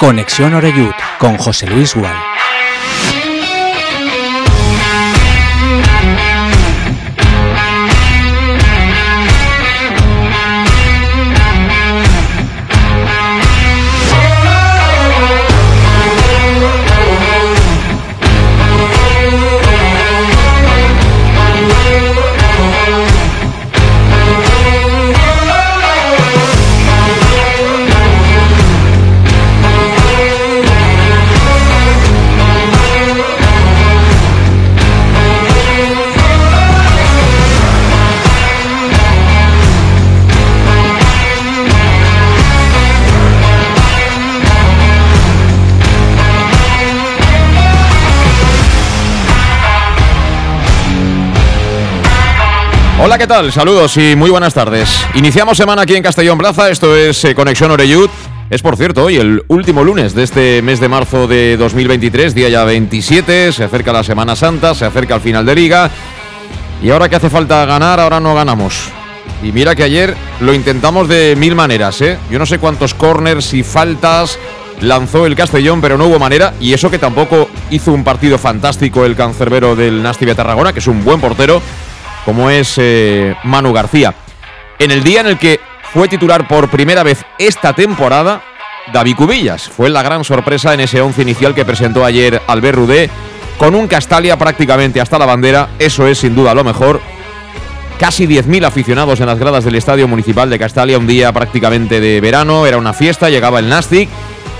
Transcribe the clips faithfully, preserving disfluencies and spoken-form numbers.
Conexión Oreyud con José Luis Gual. Hola, ¿qué tal? Saludos y muy buenas tardes. Iniciamos semana aquí en Castellón Plaza, esto es eh, Conexión Oreyud. Es, por cierto, hoy el último lunes de este mes de marzo de dos mil veintitrés, día ya veintisiete, se acerca la Semana Santa, se acerca el final de Liga. Y ahora que hace falta ganar, ahora no ganamos. Y mira que ayer lo intentamos de mil maneras, ¿eh? Yo no sé cuántos córners y faltas lanzó el Castellón, pero no hubo manera. Y eso que tampoco hizo un partido fantástico el cancerbero del Nasti de Tarragona, que es un buen portero, como es eh, Manu García. En el día en el que fue titular por primera vez esta temporada, David Cubillas fue la gran sorpresa en ese once inicial que presentó ayer Albert Rudé, con un Castalia prácticamente hasta la bandera. Eso es sin duda lo mejor. Casi diez mil aficionados en las gradas del Estadio Municipal de Castalia, un día prácticamente de verano, era una fiesta, llegaba el Nastic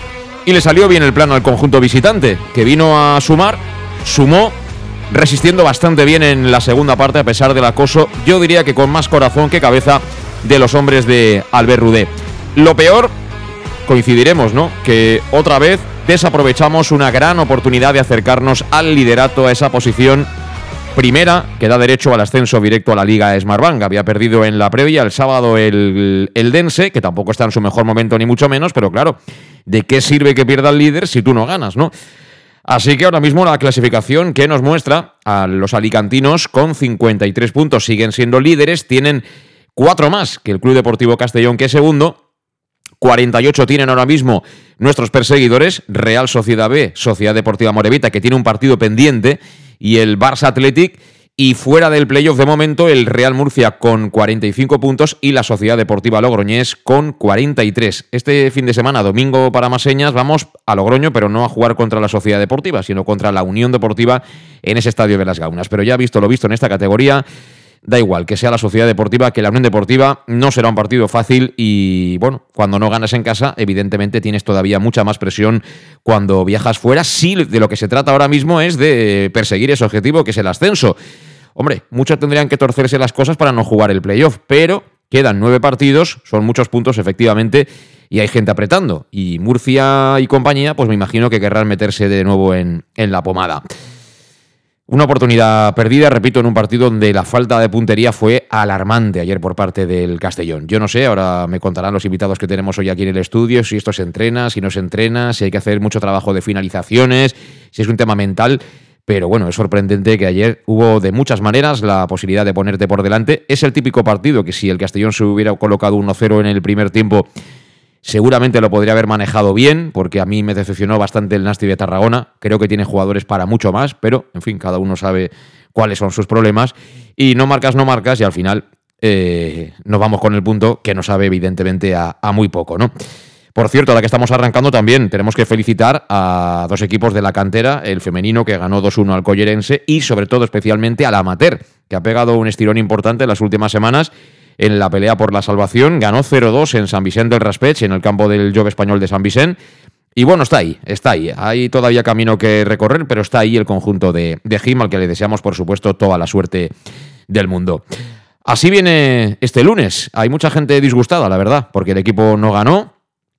y le salió bien el plano al conjunto visitante, que vino a sumar, sumó, resistiendo bastante bien en la segunda parte a pesar del acoso, yo diría que con más corazón que cabeza, de los hombres de Albert Rudé. Lo peor, coincidiremos, ¿no?, que otra vez desaprovechamos una gran oportunidad de acercarnos al liderato, a esa posición primera que da derecho al ascenso directo a la Liga Smartbank. Había perdido en la previa el sábado el, el Dense, que tampoco está en su mejor momento ni mucho menos, pero claro, ¿de qué sirve que pierda el líder si tú no ganas, no? Así que ahora mismo la clasificación que nos muestra a los alicantinos con cincuenta y tres puntos siguen siendo líderes, tienen cuatro más que el Club Deportivo Castellón, que es segundo, cuarenta y ocho tienen ahora mismo nuestros perseguidores, Real Sociedad B, Sociedad Deportiva Morevita, que tiene un partido pendiente, y el Barça Athletic, y fuera del playoff de momento el Real Murcia con cuarenta y cinco puntos y la Sociedad Deportiva Logroñés con cuarenta y tres. Este fin de semana, domingo para más señas, vamos a Logroño, pero no a jugar contra la Sociedad Deportiva, sino contra la Unión Deportiva en ese estadio de Las Gaunas. Pero ya visto lo visto en esta categoría, da igual que sea la Sociedad Deportiva que la Unión Deportiva, no será un partido fácil y, bueno, cuando no ganas en casa, evidentemente tienes todavía mucha más presión cuando viajas fuera. Sí, de lo que se trata ahora mismo es de perseguir ese objetivo, que es el ascenso. Hombre, muchos tendrían que torcerse las cosas para no jugar el playoff, pero quedan nueve partidos, son muchos puntos efectivamente, y hay gente apretando. Y Murcia y compañía, pues me imagino que querrán meterse de nuevo en, en la pomada. Una oportunidad perdida, repito, en un partido donde la falta de puntería fue alarmante ayer por parte del Castellón. Yo no sé, ahora me contarán los invitados que tenemos hoy aquí en el estudio, si esto se entrena, si no se entrena, si hay que hacer mucho trabajo de finalizaciones, si es un tema mental. Pero bueno, es sorprendente que ayer hubo de muchas maneras la posibilidad de ponerte por delante. Es el típico partido que si el Castellón se hubiera colocado uno cero en el primer tiempo, seguramente lo podría haber manejado bien, porque a mí me decepcionó bastante el Nasti de Tarragona. Creo que tiene jugadores para mucho más, pero, en fin, cada uno sabe cuáles son sus problemas. Y no marcas, no marcas, y al final eh, nos vamos con el punto que nos sabe, evidentemente, a, a muy poco, ¿no? Por cierto, a la que estamos arrancando también tenemos que felicitar a dos equipos de la cantera, el femenino que ganó dos uno al Collerense y sobre todo especialmente al amateur, que ha pegado un estirón importante en las últimas semanas en la pelea por la salvación. Ganó cero dos en San Vicente del Raspeig, en el campo del Jove Español de San Vicente. Y bueno, está ahí, está ahí. Hay todavía camino que recorrer, pero está ahí el conjunto de, de Jim, al que le deseamos, por supuesto, toda la suerte del mundo. Así viene este lunes. Hay mucha gente disgustada, la verdad, porque el equipo no ganó.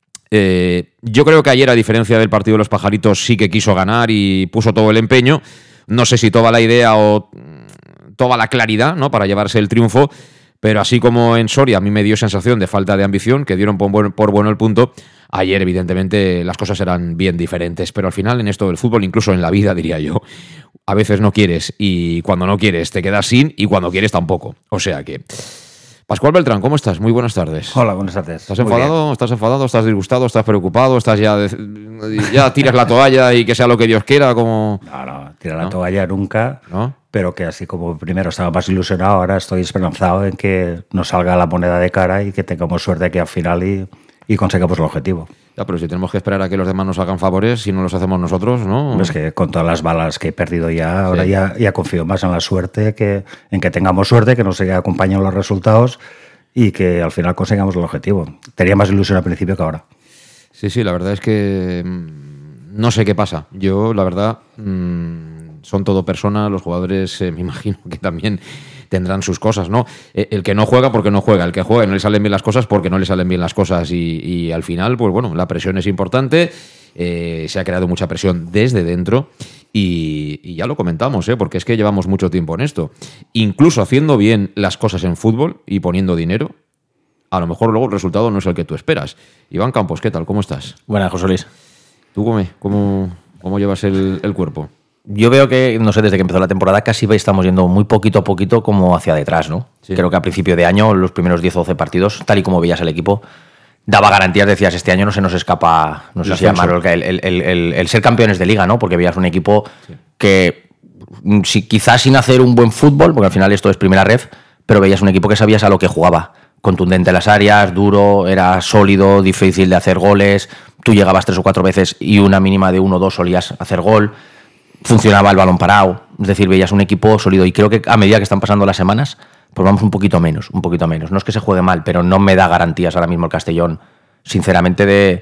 Eh, yo creo que ayer, a diferencia del partido de los Pajaritos, sí que quiso ganar y puso todo el empeño. No sé si toda la idea o toda la claridad, ¿no?, para llevarse el triunfo, pero así como en Soria a mí me dio sensación de falta de ambición, que dieron por bueno, por bueno el punto, ayer evidentemente las cosas eran bien diferentes. Pero al final en esto del fútbol, incluso en la vida diría yo, a veces no quieres y cuando no quieres te quedas sin y cuando quieres tampoco. O sea que... Pascual Beltrán, ¿cómo estás? Muy buenas tardes. Hola, buenas tardes. ¿Estás enfadado? ¿Estás enfadado? ¿Estás disgustado? ¿Estás preocupado? ¿Estás ya de, ya tiras la toalla y que sea lo que Dios quiera? Como... No, no, tirar la ¿No? toalla nunca. ¿No? Pero que así como primero estaba más ilusionado, ahora estoy esperanzado en que nos salga la moneda de cara y que tengamos suerte aquí al final y, y consigamos el objetivo. Ya, pero si tenemos que esperar a que los demás nos hagan favores, si no los hacemos nosotros, ¿no? Es que con todas las balas que he perdido ya, ahora Sí. ya, ya confío más en la suerte, que en que tengamos suerte, que nos acompañen los resultados y que al final consigamos el objetivo. Tenía más ilusión al principio que ahora. Sí, sí, la verdad es que mmm, no sé qué pasa. Yo, la verdad, mmm, son todo personas, los jugadores eh, me imagino que también tendrán sus cosas, ¿no? Eh, el que no juega porque no juega, el que juega y no le salen bien las cosas porque no le salen bien las cosas y, y al final, pues bueno, la presión es importante, eh, se ha creado mucha presión desde dentro y, y ya lo comentamos, ¿eh? Porque es que llevamos mucho tiempo en esto. Incluso haciendo bien las cosas en fútbol y poniendo dinero, a lo mejor luego el resultado no es el que tú esperas. Iván Campos, ¿qué tal? ¿Cómo estás? Buenas, José Luis. ¿Tú cómo, cómo, cómo llevas el, el cuerpo? Yo veo que, no sé, desde que empezó la temporada casi estamos yendo muy poquito a poquito como hacia detrás, ¿no? Sí. Creo que a principio de año, los primeros diez o doce partidos, tal y como veías el equipo, daba garantías, decías, este año no se nos escapa, no sé El si ascenso. llamarlo, el, el, el, el- el ser campeones de liga, ¿no? Porque veías un equipo Sí. que, mm, si, quizás sin hacer un buen fútbol, porque al final esto es primera ref, pero veías un equipo que sabías a lo que jugaba. Contundente en las áreas, duro, era sólido, difícil de hacer goles. Tú llegabas tres o cuatro veces y una mínima de uno o dos solías hacer gol. Funcionaba el balón parado. Es decir, veías un equipo sólido. Y creo que a medida que están pasando las semanas, pues vamos un poquito menos, un poquito menos. No es que se juegue mal, pero no me da garantías ahora mismo el Castellón, sinceramente, de...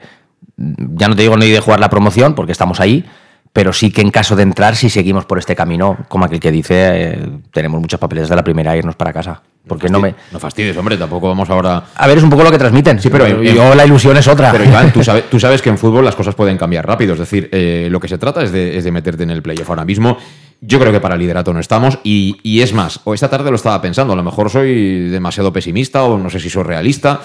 Ya no te digo ni de jugar la promoción, porque estamos ahí, pero sí que en caso de entrar, si seguimos por este camino, como aquel que dice, eh, tenemos muchos papeles de la primera a irnos para casa. Porque no me... No fastidies, hombre, tampoco vamos ahora... A ver, es un poco lo que transmiten. Sí, pero en- yo la ilusión es otra. Pero Iván, tú sabes, tú sabes que en fútbol las cosas pueden cambiar rápido. Es decir, eh, lo que se trata es de, es de meterte en el playoff ahora mismo. Yo creo que para el liderato no estamos. Y, y es más, o esta tarde lo estaba pensando, a lo mejor soy demasiado pesimista o no sé si soy realista,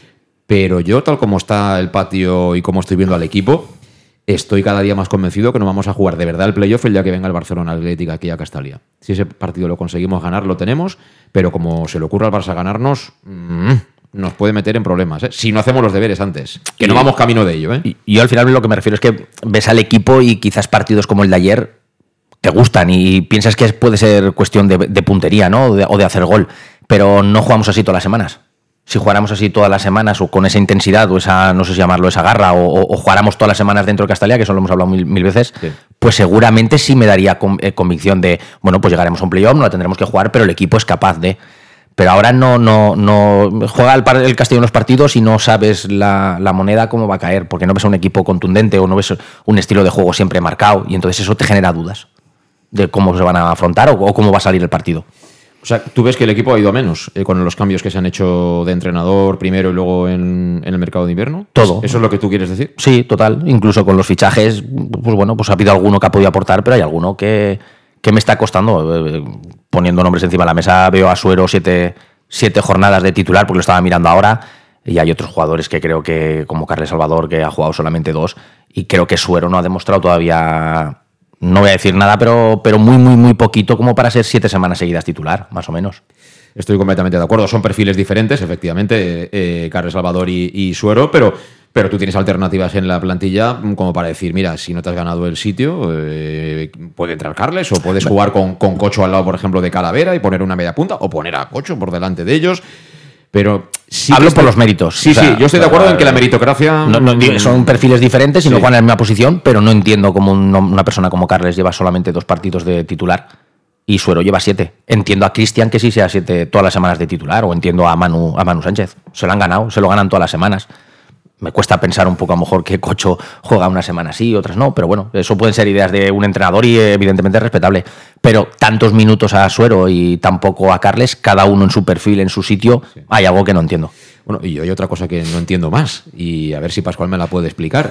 pero yo, tal como está el patio y como estoy viendo al equipo, estoy cada día más convencido que no vamos a jugar de verdad el playoff el día que venga el Barcelona Atlético aquí a Castalia. Si ese partido lo conseguimos ganar, lo tenemos, pero como se le ocurra al Barça ganarnos, mmm, nos puede meter en problemas, ¿eh? Si no hacemos los deberes antes, que no Y- vamos camino de ello, ¿eh? Y yo al final lo que me refiero es que ves al equipo y quizás partidos como el de ayer te gustan y piensas que puede ser cuestión de, de puntería, ¿no? O de, o de hacer gol, pero no jugamos así todas las semanas. Si jugáramos así todas las semanas o con esa intensidad o esa, no sé si llamarlo, esa garra o, o, o jugáramos todas las semanas dentro de Castalia, que eso lo hemos hablado mil, mil veces, Sí. pues seguramente sí me daría con- eh, convicción de, bueno, pues llegaremos a un playoff, no la tendremos que jugar, pero el equipo es capaz de... Pero ahora no, no, no juega el, par- el Castellón los partidos y no sabes la, la moneda cómo va a caer, porque no ves a un equipo contundente o no ves un estilo de juego siempre marcado y entonces eso te genera dudas de cómo se van a afrontar o, o cómo va a salir el partido. O sea, tú ves que el equipo ha ido a menos eh, con los cambios que se han hecho de entrenador primero y luego en, en el mercado de invierno. Todo. ¿Eso es lo que tú quieres decir? Sí, total. Incluso con los fichajes, pues bueno, pues ha habido alguno que ha podido aportar, pero hay alguno que, que me está costando. Eh, Poniendo nombres encima de la mesa, veo a Suero siete, siete jornadas de titular, porque lo estaba mirando ahora, y hay otros jugadores que creo que, como Carles Salvador, que ha jugado solamente dos, y creo que Suero no ha demostrado todavía, no voy a decir nada, pero, pero muy, muy, muy poquito como para ser siete semanas seguidas titular, más o menos. Estoy completamente de acuerdo. Son perfiles diferentes, efectivamente, eh, Carles Salvador y, y Suero, pero, pero tú tienes alternativas en la plantilla como para decir, mira, si no te has ganado el sitio, eh, puede entrar Carles o puedes jugar con, con Cocho al lado, por ejemplo, de Calavera y poner una media punta o poner a Cocho por delante de ellos. Pero sí Hablo que por estoy- los méritos. Sí, O sea, sí, yo estoy de acuerdo en que la meritocracia... No, no, digo, son perfiles diferentes y no Sí. juegan en la misma posición, pero no entiendo cómo un- una persona como Carles lleva solamente dos partidos de titular y Suero lleva siete. Entiendo a Cristian que sí sea siete todas las semanas de titular, o entiendo a Manu, a Manu Sánchez. Se lo han ganado, se lo ganan todas las semanas. Me cuesta pensar un poco a lo mejor que Cocho juega una semana sí, otras no, pero bueno, eso pueden ser ideas de un entrenador y evidentemente es respetable. Pero tantos minutos a Suero y tampoco a Carles, cada uno en su perfil, en su sitio, hay algo que no entiendo. Bueno, y yo hay otra cosa que no entiendo más, y a ver si Pascual me la puede explicar.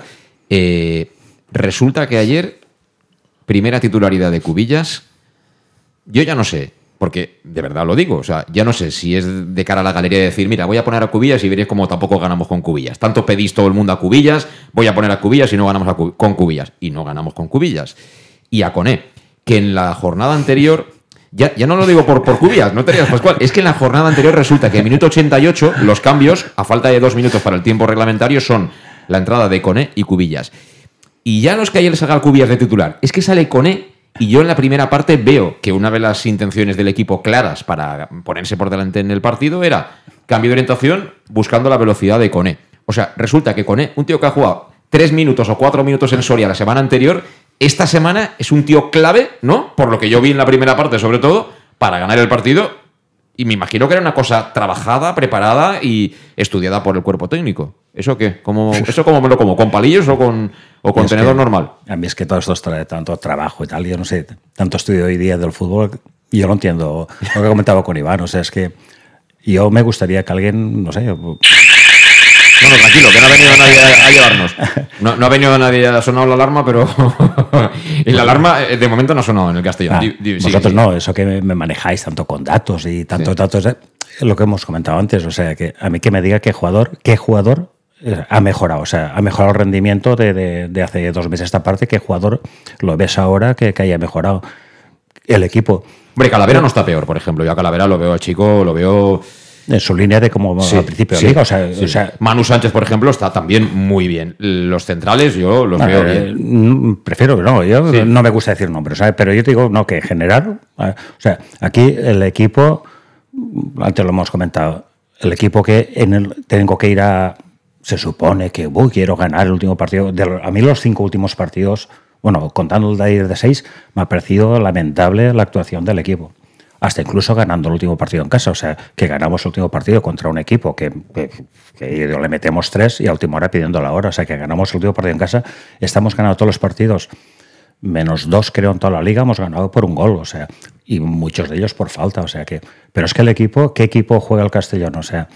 Eh, resulta que ayer, primera titularidad de Cubillas, yo ya no sé, porque de verdad lo digo, o sea, ya no sé si es de cara a la galería de decir, mira, voy a poner a Cubillas y veréis cómo tampoco ganamos con Cubillas. Tanto pedís todo el mundo a Cubillas, voy a poner a Cubillas y no ganamos a Cu- con Cubillas. Y no ganamos con Cubillas. Y a Coné, que en la jornada anterior Ya, ya no lo digo por, por Cubillas, no te digas, Pascual. Es que en la jornada anterior resulta que en minuto ochenta y ocho los cambios, a falta de dos minutos para el tiempo reglamentario, son la entrada de Koné y Cubillas. Y ya no es que ayer salga Cubillas de titular, es que sale Koné y yo en la primera parte veo que una de las intenciones del equipo claras para ponerse por delante en el partido era cambio de orientación buscando la velocidad de Koné. O sea, resulta que Koné, un tío que ha jugado tres minutos o cuatro minutos en Soria la semana anterior, esta semana es un tío clave, ¿no? Por lo que yo vi en la primera parte, sobre todo, para ganar el partido. Y me imagino que era una cosa trabajada, preparada y estudiada por el cuerpo técnico. ¿Eso qué? ¿Cómo, ¿Eso cómo me lo como? ¿Con palillos o con, o con tenedor que, normal? A mí es que todo esto trae tanto trabajo y tal. Yo no sé, tanto estudio hoy día del fútbol, y yo lo entiendo. Lo que comentaba con Iván, o sea, es que yo me gustaría que alguien, no sé... No, no, tranquilo, que no ha venido nadie a, a llevarnos. No, no ha venido nadie, ha sonado la alarma, pero... y la alarma, de momento, no ha sonado en el Castellón. Ah, di, di, vosotros sí, no, sí. eso que me manejáis tanto con datos y tantos Sí. datos... Eh, lo que hemos comentado antes, o sea, que a mí que me diga qué jugador, qué jugador eh, ha mejorado, o sea, ha mejorado el rendimiento de, de, de hace dos meses a esta parte, qué jugador lo ves ahora que, que haya mejorado el equipo. Hombre, Calavera no está peor, por ejemplo. Yo a Calavera lo veo chico, lo veo... En su línea de como Sí, al principio sí, de liga, o sea, sí. o sea Manu Sánchez, por ejemplo, está también muy bien. Los centrales yo los no, veo eh, bien. prefiero, no, yo Sí. no me gusta decir nombres, ¿sabes? Pero yo te digo, no, que en general, eh, o sea, aquí el equipo, antes lo hemos comentado, el equipo que en el, tengo que ir a, se supone que uy, quiero ganar el último partido, de, a mí los cinco últimos partidos, bueno, contando el de ayer de seis, me ha parecido lamentable la actuación del equipo. Hasta incluso ganando el último partido en casa, o sea, que ganamos el último partido contra un equipo que, que, que le metemos tres y a última hora pidiendo la hora, o sea, que ganamos el último partido en casa, estamos ganando todos los partidos, menos dos creo en toda la liga, hemos ganado por un gol, o sea, y muchos de ellos por falta, o sea que, pero es que el equipo, ¿qué equipo juega el Castellón? O sea,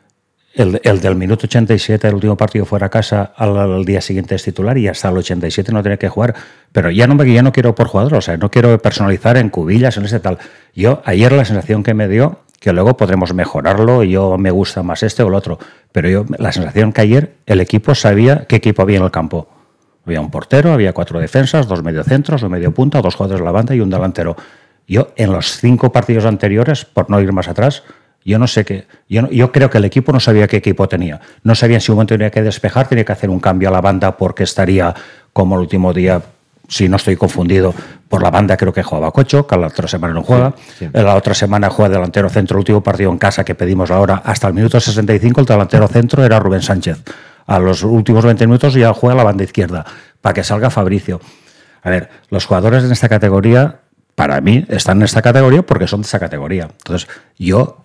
el, el del minuto ochenta y siete, el último partido fuera a casa, al, al día siguiente es titular y hasta el ochenta y siete no tiene que jugar. Pero ya no, ya no quiero por jugador, o sea, no quiero personalizar en Cubillas, en ese tal. Yo, ayer la sensación que me dio, que luego podremos mejorarlo, y yo me gusta más este o el otro, pero yo, la sensación que ayer el equipo sabía qué equipo había en el campo. Había un portero, había cuatro defensas, dos mediocentros, un medio punta, dos jugadores de la banda y un delantero. Yo, en los cinco partidos anteriores, por no ir más atrás, yo no sé qué. Yo, no, yo creo que el equipo no sabía qué equipo tenía. No sabían si un momento tenía que despejar, tenía que hacer un cambio a la banda porque estaría como el último día, si no estoy confundido, por la banda creo que jugaba Cocho, que la otra semana no juega. Sí, sí. La otra semana juega delantero centro, el último partido en casa que pedimos ahora, hasta el minuto sesenta y cinco, el delantero centro era Rubén Sánchez. A los últimos veinte minutos ya juega la banda izquierda, para que salga Fabricio. A ver, los jugadores en esta categoría, para mí, están en esta categoría porque son de esta categoría. Entonces, yo,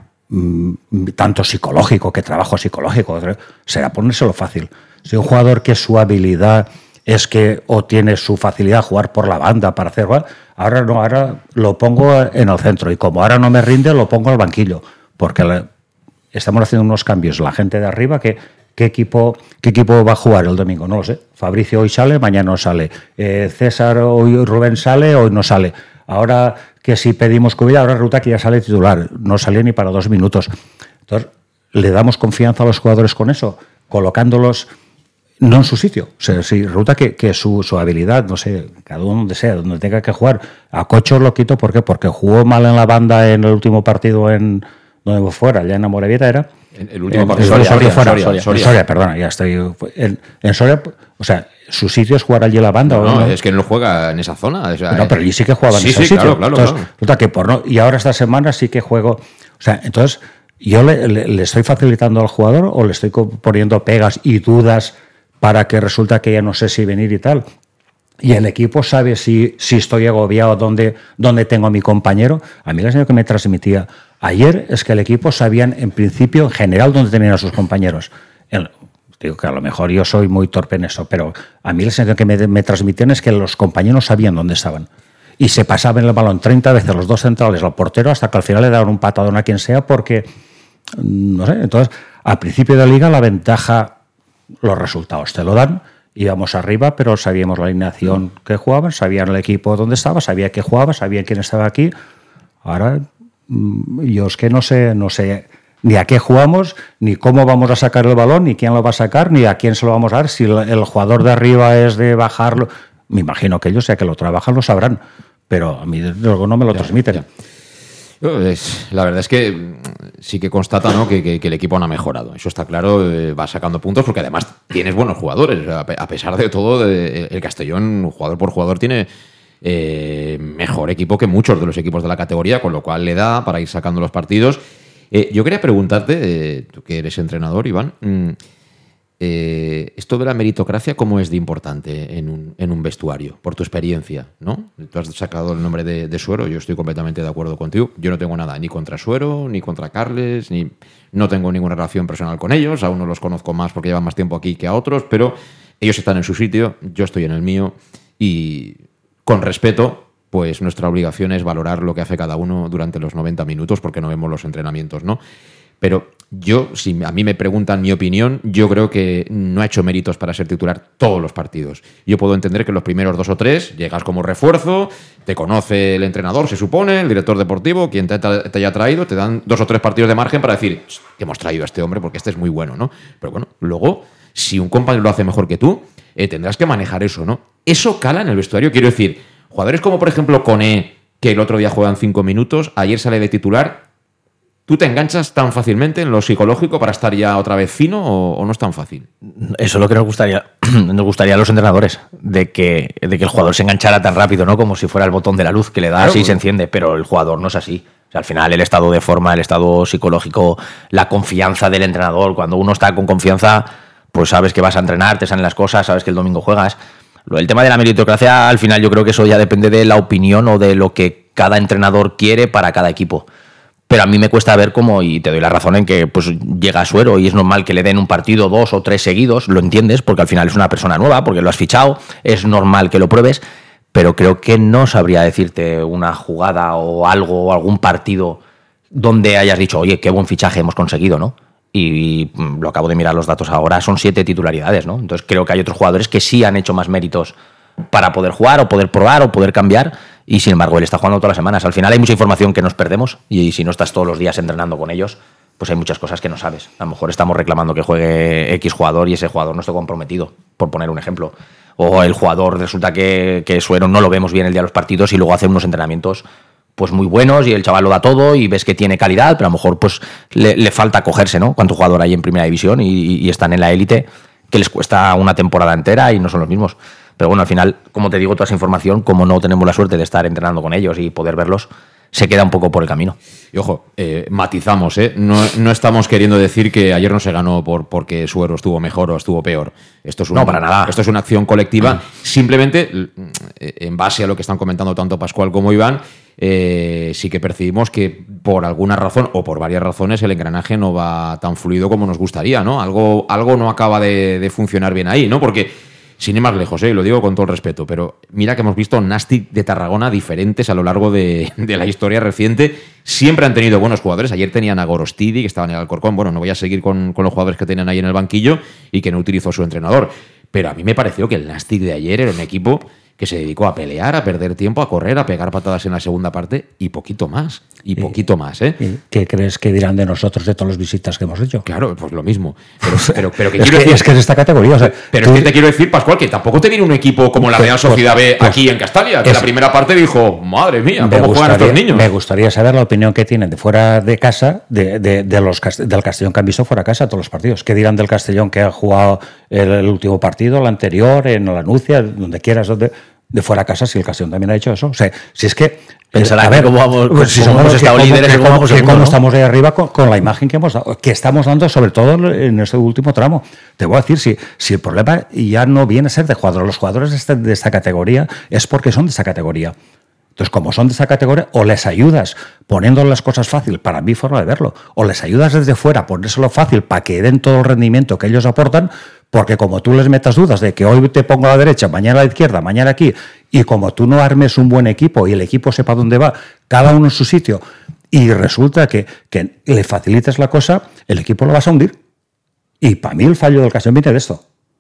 mmm, tanto psicológico, que trabajo psicológico, será ponérselo fácil. Si un jugador que su habilidad es que, o tiene su facilidad a jugar por la banda para hacer, ahora no, ahora lo pongo en el centro, y como ahora no me rinde, lo pongo al banquillo, porque le, estamos haciendo unos cambios, la gente de arriba, que ¿qué equipo, qué equipo va a jugar el domingo? No lo sé. Fabricio hoy sale, mañana no sale. Eh, César hoy, Rubén sale, hoy no sale. Ahora que si pedimos Cubilla, ahora Ruta que ya sale titular. No salió ni para dos minutos. Entonces, ¿le damos confianza a los jugadores con eso? Colocándolos no en su sitio. O sea, si Ruta que, que su, su habilidad, no sé, cada uno donde sea, donde tenga que jugar. A Cocho lo quito, ¿por qué? Porque jugó mal en la banda en el último partido en donde fuera, allá en Amorebieta era. El último partido Soria, Soria, Soria, Soria, Soria, Soria. Soria, perdona, ya estoy. En, en Soria, o sea, su sitio es jugar allí la banda. No, ¿o no? es que no juega en esa zona. O sea, no, pero allí sí que jugaba en sí, ese sí, sitio. Claro, claro, entonces, claro. Resulta que por no, y ahora esta semana sí que juego. O sea, entonces, ¿yo le, le, le estoy facilitando al jugador o le estoy poniendo pegas y dudas para que resulta que ya no sé si venir y tal? Y el equipo sabe si, si estoy agobiado, dónde, dónde tengo a mi compañero. A mí la señora que me transmitía ayer es que el equipo sabían, en principio, en general, dónde tenían a sus compañeros. El, digo que a lo mejor yo soy muy torpe en eso, pero a mí la sensación que me, me transmitían es que los compañeros sabían dónde estaban. Y se pasaban el balón treinta veces los dos centrales al portero hasta que al final le daban un patadón a quien sea porque, no sé, entonces, al principio de la liga la ventaja, los resultados te lo dan. Íbamos arriba, pero sabíamos la alineación que jugaban, sabían el equipo dónde estaba, sabía que jugaba, sabían quién estaba aquí. Ahora, yo es que no sé, no sé ni a qué jugamos, ni cómo vamos a sacar el balón, ni quién lo va a sacar, ni a quién se lo vamos a dar. Si el jugador de arriba es de bajarlo, me imagino que ellos, ya que lo trabajan, lo sabrán. pero a mí luego no me lo Ya, transmiten. ya. Es- La verdad es que sí que constata, ¿no? que, que- que el equipo no ha mejorado. Eso está claro, eh, va sacando puntos porque además tienes buenos jugadores. A pe- a pesar de todo, eh, el Castellón, jugador por jugador, tiene eh, mejor equipo que muchos de los equipos de la categoría, con lo cual le da para ir sacando los partidos. Eh, yo quería preguntarte, eh, tú que eres entrenador, Iván, mm, eh, esto de la meritocracia, ¿cómo es de importante en un, en un vestuario? Por tu experiencia, ¿no? Tú has sacado el nombre de, de Suero, yo estoy completamente de acuerdo contigo. Yo no tengo nada ni contra Suero, ni contra Carles, ni no tengo ninguna relación personal con ellos. A unos los conozco más porque llevan más tiempo aquí que a otros, pero ellos están en su sitio, yo estoy en el mío y con respeto, pues nuestra obligación es valorar lo que hace cada uno durante los noventa minutos porque no vemos los entrenamientos, ¿no? Pero yo, si a mí me preguntan mi opinión, yo creo que no ha hecho méritos para ser titular todos los partidos. Yo puedo entender que los primeros dos o tres llegas como refuerzo, te conoce el entrenador, se supone, el director deportivo, quien te, te haya traído, te dan dos o tres partidos de margen para decir que hemos traído a este hombre porque este es muy bueno, ¿no? Pero bueno, luego, si un compañero lo hace mejor que tú, eh, tendrás que manejar eso, ¿no? Eso cala en el vestuario, quiero decir, jugadores como por ejemplo Koné, que el otro día juegan cinco minutos, ayer sale de titular. ¿Tú te enganchas tan fácilmente en lo psicológico para estar ya otra vez fino o, o no es tan fácil? Eso es lo que nos gustaría, nos gustaría a los entrenadores, de que, de que el jugador se enganchara tan rápido, ¿no? Como si fuera el botón de la luz que le das Claro, y se enciende, pero el jugador no es así. O sea, al final el estado de forma, el estado psicológico, la confianza del entrenador, cuando uno está con confianza, pues sabes que vas a entrenar, te salen las cosas, sabes que el domingo juegas. Lo- El tema de la meritocracia, al final yo creo que eso ya depende de la opinión o de lo que cada entrenador quiere para cada equipo. Pero a mí me cuesta ver cómo, y te doy la razón en que pues llega Suero y es normal que le den un partido dos o tres seguidos, lo entiendes, porque al final es una persona nueva, porque lo has fichado, es normal que lo pruebes, pero creo que no sabría decirte una jugada o algo, o algún partido donde hayas dicho, oye, qué buen fichaje hemos conseguido, ¿no? Y, y lo acabo de mirar los datos ahora, son siete titularidades, ¿no? Entonces creo que hay otros jugadores que sí han hecho más méritos para poder jugar o poder probar o poder cambiar, y sin embargo él está jugando todas las semanas. Al final hay mucha información que nos perdemos y si no estás todos los días entrenando con ellos, pues hay muchas cosas que no sabes. A lo mejor estamos reclamando que juegue X jugador y ese jugador no esté comprometido, por poner un ejemplo. O el jugador resulta que, que Suero no lo vemos bien el día de los partidos y luego hace unos entrenamientos pues muy buenos y el chaval lo da todo y ves que tiene calidad, pero a lo mejor pues le, le falta cogerse, ¿no? Cuánto jugador hay en primera división y, y están en la élite que les cuesta una temporada entera y no son los mismos. Pero bueno, al final, como te digo, toda esa información, como no tenemos la suerte de estar entrenando con ellos y poder verlos, se queda un poco por el camino. Y ojo, eh, matizamos, ¿eh? No, no estamos queriendo decir que ayer no se ganó por, porque Suero estuvo mejor o estuvo peor. Esto es un- No, para nada. Esto es una acción colectiva. Simplemente, eh, en base a lo que están comentando tanto Pascual como Iván, eh, sí que percibimos que por alguna razón o por varias razones el engranaje no va tan fluido como nos gustaría, ¿no? Algo, algo no acaba de, de funcionar bien ahí, ¿no? Porque sin ir más lejos, ¿eh? Lo digo con todo el respeto, pero mira que hemos visto Nastic de Tarragona diferentes a lo largo de, de la historia reciente. Siempre han tenido buenos jugadores. Ayer tenían a Gorostidi, que estaba en el Alcorcón. Bueno, no voy a seguir con, con los jugadores que tenían ahí en el banquillo y que no utilizó su entrenador. Pero a mí me pareció que el Nastic de ayer era un equipo que se dedicó a pelear, a perder tiempo, a correr, a pegar patadas en la segunda parte y poquito más. Y poquito más, ¿eh? ¿Y qué crees que dirán de nosotros de todas las visitas que hemos hecho? Claro, pues lo mismo. Pero, pero, pero que Es quiero que, decir... es que es esta categoría. O sea, Pero tú- es que te quiero decir, Pascual, que tampoco te viene un equipo como la Pues- Real Sociedad pues- B pues- aquí en Castalia, que es- la primera parte dijo, madre mía, me ¿cómo juegan estos gustaría, niños? me gustaría saber la opinión que tienen de fuera de casa, de, de- de los cas- del Castellón que han visto fuera de casa todos los partidos. ¿Qué dirán del Castellón que ha jugado el, el último partido, el anterior, en la Nucia, donde quieras, donde, de fuera de casa, si el Castellón también ha hecho eso? O sea, si es que... Pensará a que ver, cómo vamos- pues si cómo somos hemos que estado cómo- líderes que y cómo cómo- vamos que segundo, cómo ¿no? estamos ahí arriba con, con la imagen que hemos dado, que estamos dando, sobre todo en este último tramo. Te voy a decir, si, si el problema ya no viene a ser de jugadores, los jugadores de esta, de esta categoría es porque son de esa categoría. Entonces, como son de esa categoría, o les ayudas poniendo las cosas fácil, para mi forma de verlo, o les ayudas desde fuera, ponérselo fácil para que den todo el rendimiento que ellos aportan, porque como tú les metas dudas de que hoy te pongo a la derecha, mañana a la izquierda, mañana aquí, y como tú no armes un buen equipo y el equipo sepa dónde va, cada uno en su sitio, y resulta que, que le facilitas la cosa, el equipo lo vas a hundir. Y para mí el fallo del Castellón viene de esto.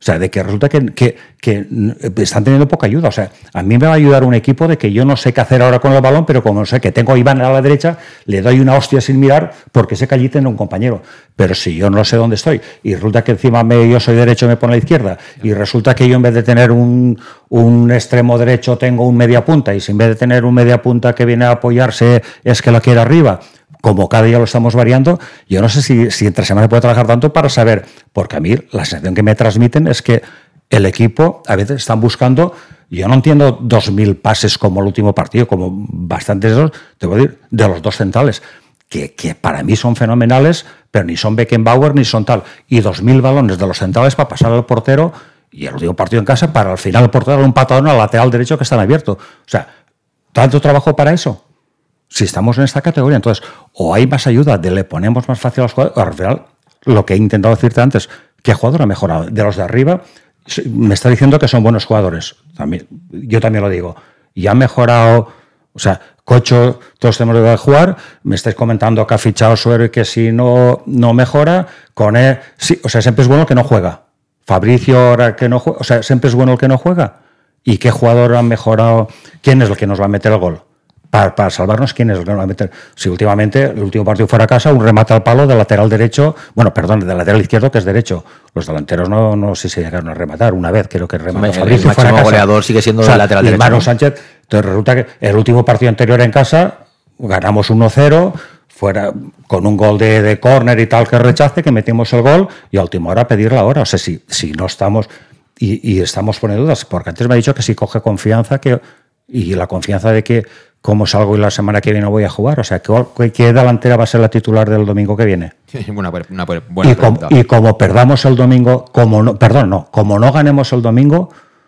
O sea, de que resulta que, que, que están teniendo poca ayuda. O sea, a mí me va a ayudar un equipo de que yo no sé qué hacer ahora con el balón, pero como sé que tengo a Iván a la derecha, le doy una hostia sin mirar porque sé que allí tiene un compañero. Pero si yo no sé dónde estoy y resulta que encima me, yo soy derecho y me pone a la izquierda y resulta que yo en vez de tener un, un extremo derecho tengo un media punta y si en vez de tener un media punta que viene a apoyarse es que la quiere arriba, como cada día lo estamos variando, yo no sé si, si entre semana puedo trabajar tanto para saber, porque a mí la sensación que me transmiten es que el equipo a veces están buscando, yo no entiendo dos mil pases como el último partido, como bastantes de esos, te voy a decir, de los dos centrales, que, que para mí son fenomenales, pero ni son Beckenbauer ni son tal, y dos mil balones de los centrales para pasar al portero, y el último partido en casa, para al final el portero dar un patadón al lateral derecho que están abierto. O sea, ¿tanto trabajo para eso? Si estamos en esta categoría, entonces, o hay más ayuda, de le ponemos más fácil a los jugadores, o al final, lo que he intentado decirte antes, ¿qué jugador ha mejorado? De los de arriba, me está diciendo que son buenos jugadores, también, yo también lo digo, y ha mejorado, o sea, Cocho, todos tenemos que jugar, me estáis comentando que ha fichado Suero y que si no, no mejora, con él, sí, o sea, siempre es bueno el que no juega, Fabricio ahora que no juega, o sea, siempre es bueno el que no juega, ¿y qué jugador ha mejorado? ¿Quién es el que nos va a meter el gol? Para, para salvarnos, ¿quién es el que nos va a meter? Si últimamente, el último partido fuera a casa, un remate al palo del lateral derecho, bueno, perdón, del lateral izquierdo, que es derecho. Los delanteros no, no sé si llegaron a rematar. Una vez creo que remató el, Fabricio el fuera a casa. Goleador sigue siendo, o sea, el lateral y derecho. Manu Sánchez, entonces resulta que el último partido anterior en casa, ganamos uno cero, fuera con un gol de, de córner y tal que rechace, que metimos el gol, y a última hora pedir la hora. O sea, si, si no estamos, y, y estamos poniendo dudas, porque antes me ha dicho que si coge confianza, que y la confianza de que cómo salgo y la semana que viene voy a jugar, o sea, ¿qué, qué delantera va a ser la titular del domingo que viene? Una, una buena y, com, y como perdamos el domingo, como no, perdón, no, como no ganemos el domingo,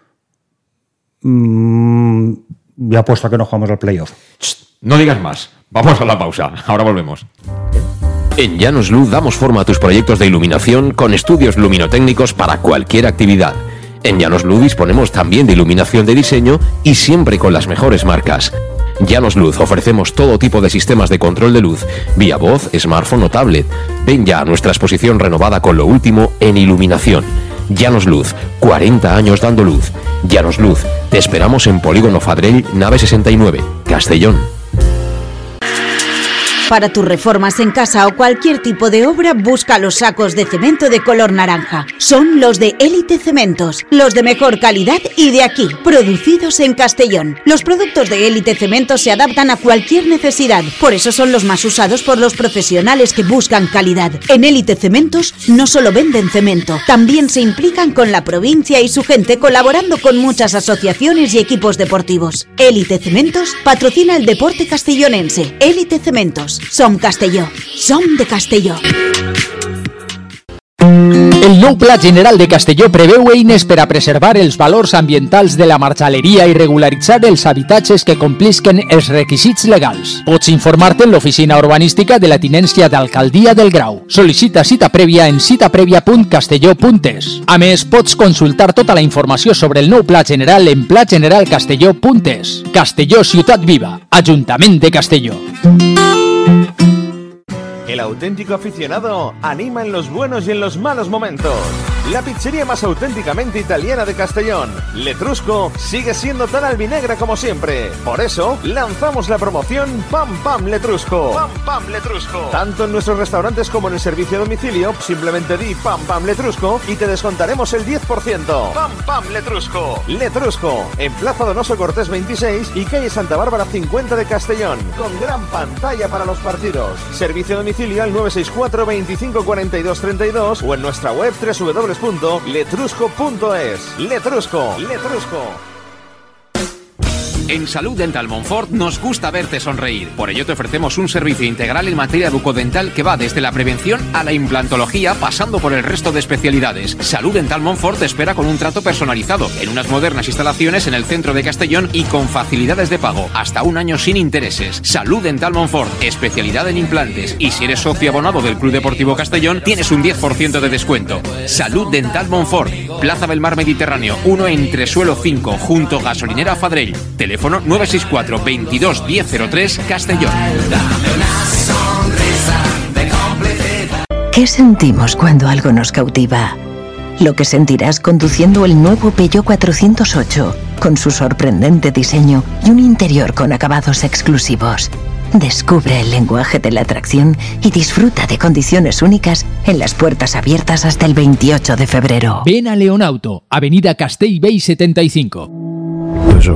mmm, ya apuesto a que no jugamos el playoff. No digas más, vamos a la pausa, ahora volvemos. En Llanos Luz damos forma a tus proyectos de iluminación con estudios luminotécnicos para cualquier actividad. En Llanos Luz disponemos también de iluminación de diseño y siempre con las mejores marcas. Llanos Luz ofrecemos todo tipo de sistemas de control de luz, vía voz, smartphone o tablet. Ven ya a nuestra exposición renovada con lo último en iluminación. Llanos Luz, cuarenta años dando luz. Llanos Luz, te esperamos en Polígono Fadrell, nave sesenta y nueve, Castellón. Para tus reformas en casa o cualquier tipo de obra, busca los sacos de cemento de color naranja. Son los de Élite Cementos, los de mejor calidad y de aquí, producidos en Castellón. Los productos de Élite Cementos se adaptan a cualquier necesidad, por eso son los más usados por los profesionales que buscan calidad. En Élite Cementos no solo venden cemento, también se implican con la provincia y su gente, colaborando con muchas asociaciones y equipos deportivos. Élite Cementos patrocina el deporte castellonense. Élite Cementos. Som Castelló. Som de Castelló. El nou Pla General de Castelló preveu eines per a preservar els valors ambientals de la marxaleria i regularitzar els habitatges que complisquen els requisits legals. Pots informar-te en l'oficina urbanística de la tinència d'Alcaldia del Grau. Sol·licita cita prèvia en citaprèvia punt castelló punt es. A més, pots consultar tota la informació sobre el nou Pla General en pla general castelló punt es. Castelló, ciutat viva. Ajuntament de Castelló. El auténtico aficionado anima en los buenos y en los malos momentos. La pizzería más auténticamente italiana de Castellón, Letrusco, sigue siendo tan albinegra como siempre. Por eso, lanzamos la promoción Pam Pam Letrusco. Pam Pam Letrusco. Tanto en nuestros restaurantes como en el servicio a domicilio, simplemente di Pam Pam Letrusco y te descontaremos el diez por ciento. Pam Pam Letrusco. Letrusco, en Plaza Donoso Cortés veintiséis y calle Santa Bárbara cincuenta de Castellón, con gran pantalla para los partidos. Servicio a domicilio al nueve seis cuatro, veinticinco cuarenta y dos treinta y dos o en nuestra web doble u doble u doble u punto letrusco punto es. Letrusco, Letrusco. En Salud Dental Montfort nos gusta verte sonreír. Por ello te ofrecemos un servicio integral en materia bucodental que va desde la prevención a la implantología, pasando por el resto de especialidades. Salud Dental Montfort te espera con un trato personalizado, en unas modernas instalaciones en el centro de Castellón y con facilidades de pago, hasta un año sin intereses. Salud Dental Montfort, especialidad en implantes. Y si eres socio abonado del Club Deportivo Castellón, tienes un diez por ciento de descuento. Salud Dental Montfort, Plaza del Mar Mediterráneo, uno entre suelo cinco, junto Gasolinera Fadrell. Teléfono nueve seis cuatro, veintidós, diez cero tres, Castellón. ¿Qué sentimos cuando algo nos cautiva? lo que sentirás conduciendo el nuevo Peugeot cuatrocientos ocho, con su sorprendente diseño y un interior con acabados exclusivos. Descubre el lenguaje de la atracción y disfruta de condiciones únicas en las puertas abiertas hasta el veintiocho de febrero. Ven a Leonauto, Avenida Castellbell setenta y cinco. Eso.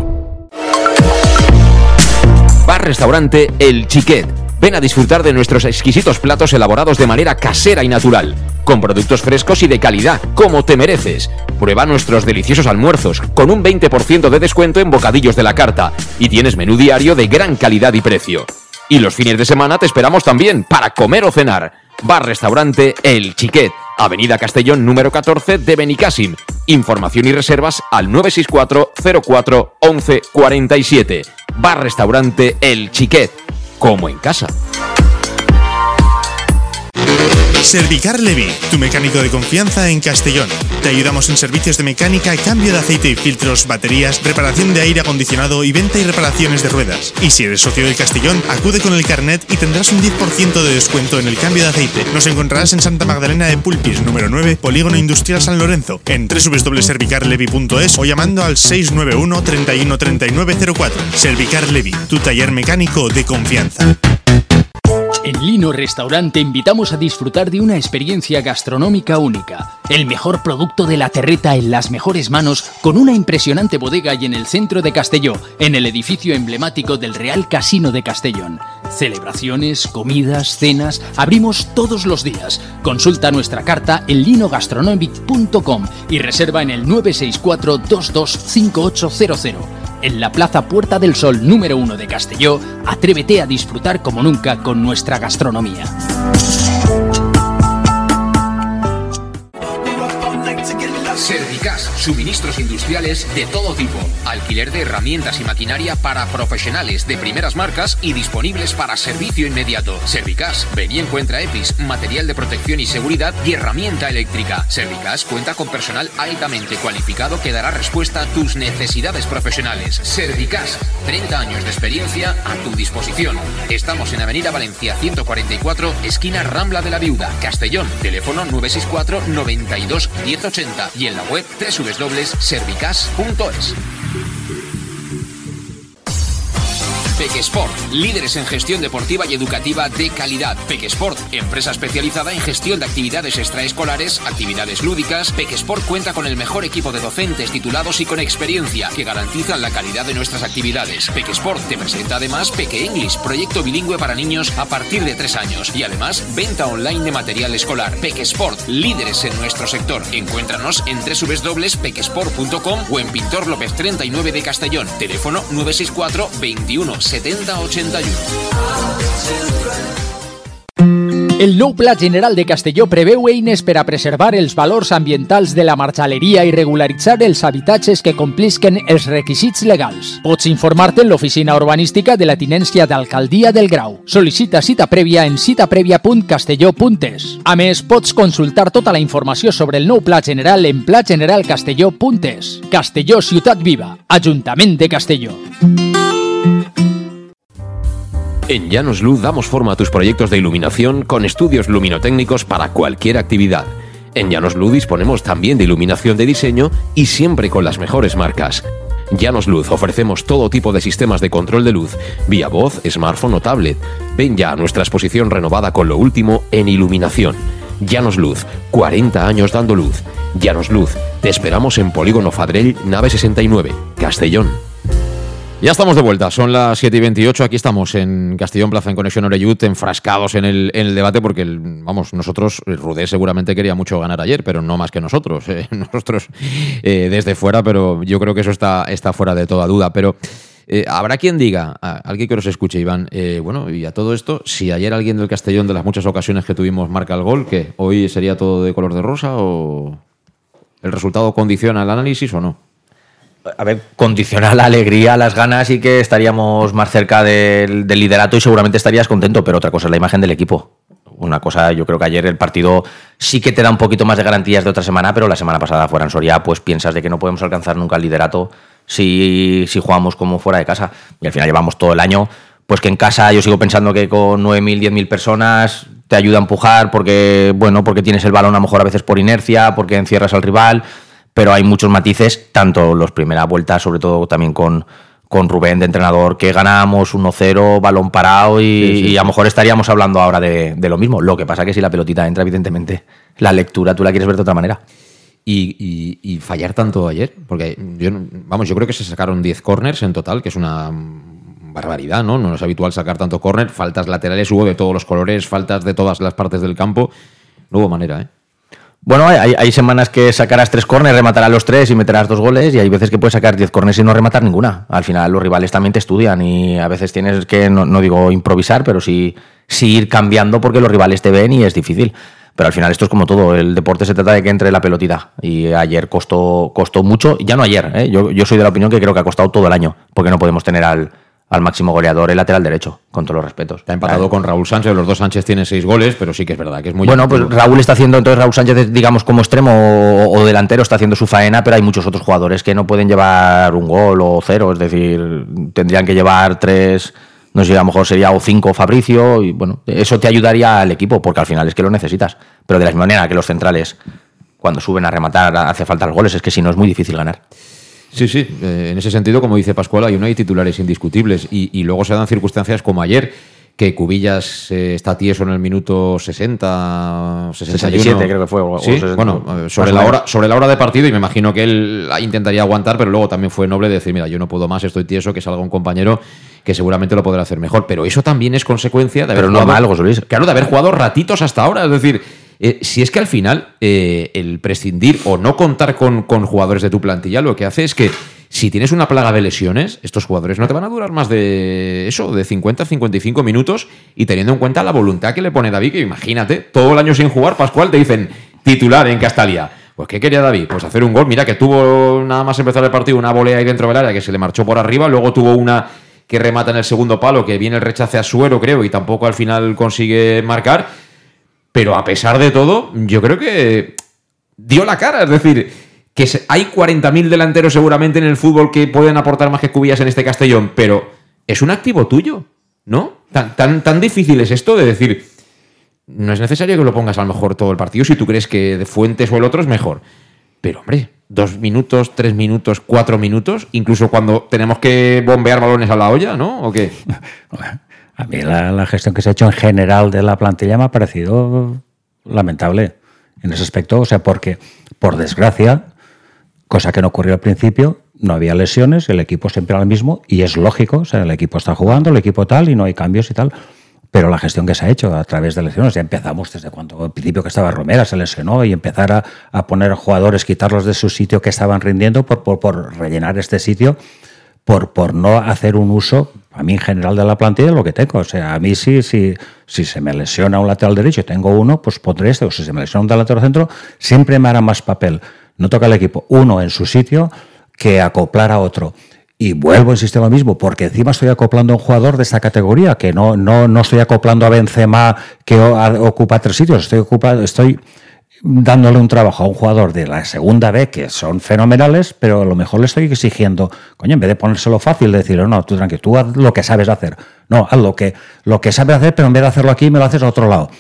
Bar-restaurante El Xiquet. Ven a disfrutar de nuestros exquisitos platos elaborados de manera casera y natural, con productos frescos y de calidad, como te mereces. Prueba nuestros deliciosos almuerzos, con un veinte por ciento de descuento en bocadillos de la carta, y tienes menú diario de gran calidad y precio. Y los fines de semana te esperamos también para comer o cenar. Bar-restaurante El Xiquet, Avenida Castellón número catorce de Benicàssim. Información y reservas al nueve seis cuatro cero cuatro once cuarenta y siete. Bar-restaurante El Xiquet, como en casa. Servicar Levi, tu mecánico de confianza en Castellón. Te ayudamos en servicios de mecánica, cambio de aceite y filtros, baterías, reparación de aire acondicionado y venta y reparaciones de ruedas. Y si eres socio de Castellón, acude con el carnet y tendrás un diez por ciento de descuento en el cambio de aceite. Nos encontrarás en Santa Magdalena de Pulpis, número nueve, Polígono Industrial San Lorenzo, en doble u doble u doble u punto servicar levi punto es o llamando al seis nueve uno, treinta y uno, treinta y nueve cero cuatro. Servicar Levi, tu taller mecánico de confianza. En Lino Restaurant te invitamos a disfrutar de una experiencia gastronómica única. El mejor producto de la terreta en las mejores manos, con una impresionante bodega y en el centro de Castelló, en el edificio emblemático del Real Casino de Castellón. Celebraciones, comidas, cenas, abrimos todos los días. Consulta nuestra carta en lino gastronomic punto com y reserva en el nueve seis cuatro dos dos cinco ocho cero cero. En la Plaza Puerta del Sol número uno de Castelló, atrévete a disfrutar como nunca con nuestra gastronomía. Servicas, suministros industriales de todo tipo, alquiler de herramientas y maquinaria para profesionales de primeras marcas y disponibles para servicio inmediato. Servicas, ven y encuentra E P I S, material de protección y seguridad y herramienta eléctrica. Servicas cuenta con personal altamente cualificado que dará respuesta a tus necesidades profesionales. Servicas, treinta años de experiencia a tu disposición. Estamos en Avenida Valencia ciento cuarenta y cuatro, esquina Rambla de la Viuda, Castellón. Teléfono nueve seis cuatro noventa y dos diez ochenta y en la web doble u doble u doble u punto servicas punto es. Pequesport, líderes en gestión deportiva y educativa de calidad. Pequesport, empresa especializada en gestión de actividades extraescolares, actividades lúdicas. Pequesport cuenta con el mejor equipo de docentes titulados y con experiencia que garantizan la calidad de nuestras actividades. Pequesport te presenta además Peque English, proyecto bilingüe para niños a partir de tres años y además venta online de material escolar. Pequesport, líderes en nuestro sector. Encuéntranos en doble u doble u doble u punto pequesport punto com o en Pintor López treinta y nueve de Castellón. Teléfono nueve seis cuatro veintiuno setenta ochenta y uno. El nou Pla General de Castelló preveu eines per a preservar els valors ambientals de la marxaleria i regularitzar els habitatges que complisquen els requisits legals. Pots informar-te en l'oficina urbanística de la tinència d'Alcaldia del Grau. Sol·licita cita prèvia en cita prèvia punt castelló punt es. A més, pots consultar tota la informació sobre el nou Pla General en pla general castelló punt es. Castelló, ciutat viva. Ajuntament de Castelló. En Llanos Luz damos forma a tus proyectos de iluminación con estudios luminotécnicos para cualquier actividad. En Llanos Luz disponemos también de iluminación de diseño y siempre con las mejores marcas. Llanos Luz ofrecemos todo tipo de sistemas de control de luz, vía voz, smartphone o tablet. Ven ya a nuestra exposición renovada con lo último en iluminación. Llanos Luz, cuarenta años dando luz. Llanos Luz, te esperamos en Polígono Fadrell, nave sesenta y nueve, Castellón. Ya estamos de vuelta, son las siete y veintiocho, aquí estamos en Castellón Plaza en Conexión Oreyud, enfrascados en el, en el debate porque, el, vamos, nosotros, Rudé seguramente quería mucho ganar ayer, pero no más que nosotros, eh, nosotros eh, desde fuera, pero yo creo que eso está, está fuera de toda duda, pero eh, habrá quien diga, a, alguien que nos escuche, Iván, eh, bueno, y a todo esto, si ayer alguien del Castellón de las muchas ocasiones que tuvimos marca el gol, ¿qué? ¿Hoy sería todo de color de rosa o el resultado condiciona el análisis o no? A ver, condiciona la alegría, las ganas y que estaríamos más cerca del, del liderato y seguramente estarías contento, pero otra cosa es la imagen del equipo. Una cosa, yo creo que ayer el partido sí que te da un poquito más de garantías de otra semana, pero la semana pasada fuera en Soria, pues piensas de que no podemos alcanzar nunca el liderato si, si jugamos como fuera de casa. Y al final llevamos todo el año, pues que en casa yo sigo pensando que con nueve mil, diez mil personas te ayuda a empujar porque, bueno, porque tienes el balón a lo mejor a veces por inercia, porque encierras al rival, pero hay muchos matices, tanto los primeras vueltas, sobre todo también con, con Rubén de entrenador, que ganamos uno cero, balón parado y, sí, sí, sí. y a lo mejor estaríamos hablando ahora de, de lo mismo. Lo que pasa que si la pelotita entra, evidentemente, la lectura tú la quieres ver de otra manera. Y, y, y fallar tanto ayer, porque yo, vamos, yo creo que se sacaron diez corners en total, que es una barbaridad, ¿no? No es habitual sacar tanto córner, faltas laterales hubo de todos los colores, faltas de todas las partes del campo, no hubo manera, ¿eh? Bueno, hay, hay semanas que sacarás tres córneres, rematarás los tres y meterás dos goles, y hay veces que puedes sacar diez córneres y no rematar ninguna. Al final los rivales también te estudian y a veces tienes que, no, no digo improvisar, pero sí, sí ir cambiando porque los rivales te ven y es difícil. Pero al final esto es como todo, el deporte se trata de que entre la pelotita, y ayer costó, costó mucho, ya no ayer, ¿eh? yo, yo soy de la opinión que creo que ha costado todo el año, porque no podemos tener al, al máximo goleador el lateral derecho, con todos los respetos. Está empatado ¿sabes? Con Raúl Sánchez, los dos Sánchez tienen seis goles, pero sí que es verdad que es muy... Bueno, pues Raúl está haciendo, entonces Raúl Sánchez, digamos, como extremo o, o delantero, está haciendo su faena, pero hay muchos otros jugadores que no pueden llevar un gol o cero, es decir, tendrían que llevar tres... No sé, a lo mejor sería o cinco Fabricio, y bueno, eso te ayudaría al equipo, porque al final es que lo necesitas. Pero de la misma manera que los centrales, cuando suben a rematar, hace falta los goles, es que si no es muy difícil ganar. Sí, sí, eh, en ese sentido, como dice Pascual, hay uno hay titulares indiscutibles, y, y luego se dan circunstancias como ayer, que Cubillas eh, está tieso en el minuto sesenta, sesenta y uno. sesenta y siete creo que fue. O, sí, o sesenta, bueno, sobre la, hora, sobre la hora de partido, y me imagino que él intentaría aguantar, pero luego también fue noble decir, mira, yo no puedo más, estoy tieso, que salga un compañero que seguramente lo podrá hacer mejor. Pero eso también es consecuencia de haber pero jugado... no mal, José Luis. Claro, de haber jugado ratitos hasta ahora, es decir... Eh, si es que al final eh, el prescindir o no contar con, con jugadores de tu plantilla lo que hace es que si tienes una plaga de lesiones, estos jugadores no te van a durar más de eso, de cincuenta a cincuenta y cinco minutos, y teniendo en cuenta la voluntad que le pone David, que imagínate, todo el año sin jugar, Pascual, te dicen titular en Castalia. Pues ¿qué quería David? Pues hacer un gol. Mira que tuvo nada más empezar el partido una volea ahí dentro del área que se le marchó por arriba, luego tuvo una que remata en el segundo palo, que viene el rechace a Suero, creo, y tampoco al final consigue marcar. Pero a pesar de todo, yo creo que dio la cara. Es decir, que hay cuarenta mil delanteros seguramente en el fútbol que pueden aportar más que Cubillas en este Castellón, pero es un activo tuyo, ¿no? Tan, tan, tan difícil es esto de decir, no es necesario que lo pongas a lo mejor todo el partido si tú crees que de Fuentes o el otro es mejor. Pero, hombre, dos minutos, tres minutos, cuatro minutos, incluso cuando tenemos que bombear balones a la olla, ¿no? ¿O qué? A mí la, la gestión que se ha hecho en general de la plantilla me ha parecido lamentable en ese aspecto. O sea, porque, por desgracia, cosa que no ocurrió al principio, no había lesiones, el equipo siempre era el mismo, y es lógico, o sea, el equipo está jugando, el equipo tal, y no hay cambios y tal. Pero la gestión que se ha hecho a través de lesiones, ya empezamos desde cuando al principio que estaba Romera, se lesionó, y empezar a, a poner jugadores, quitarlos de su sitio que estaban rindiendo por, por, por rellenar este sitio, por, por no hacer un uso, a mí en general, de la plantilla, lo que tengo. O sea, a mí sí, sí, si se me lesiona un lateral derecho y tengo uno, pues pondré este. O si se me lesiona un lateral centro, siempre me hará más papel. No toca al equipo uno en su sitio que acoplar a otro. Y vuelvo a insistir lo mismo, porque encima estoy acoplando a un jugador de esta categoría, que no, no, no estoy acoplando a Benzema, que ocupa tres sitios, estoy ocupando, estoy dándole un trabajo a un jugador de la segunda B que son fenomenales, pero a lo mejor le estoy exigiendo, coño, en vez de ponérselo fácil, de decir, no, tú tranquilo, tú haz lo que sabes hacer. No, haz lo que, lo que sabes hacer, pero en vez de hacerlo aquí, me lo haces a otro lado.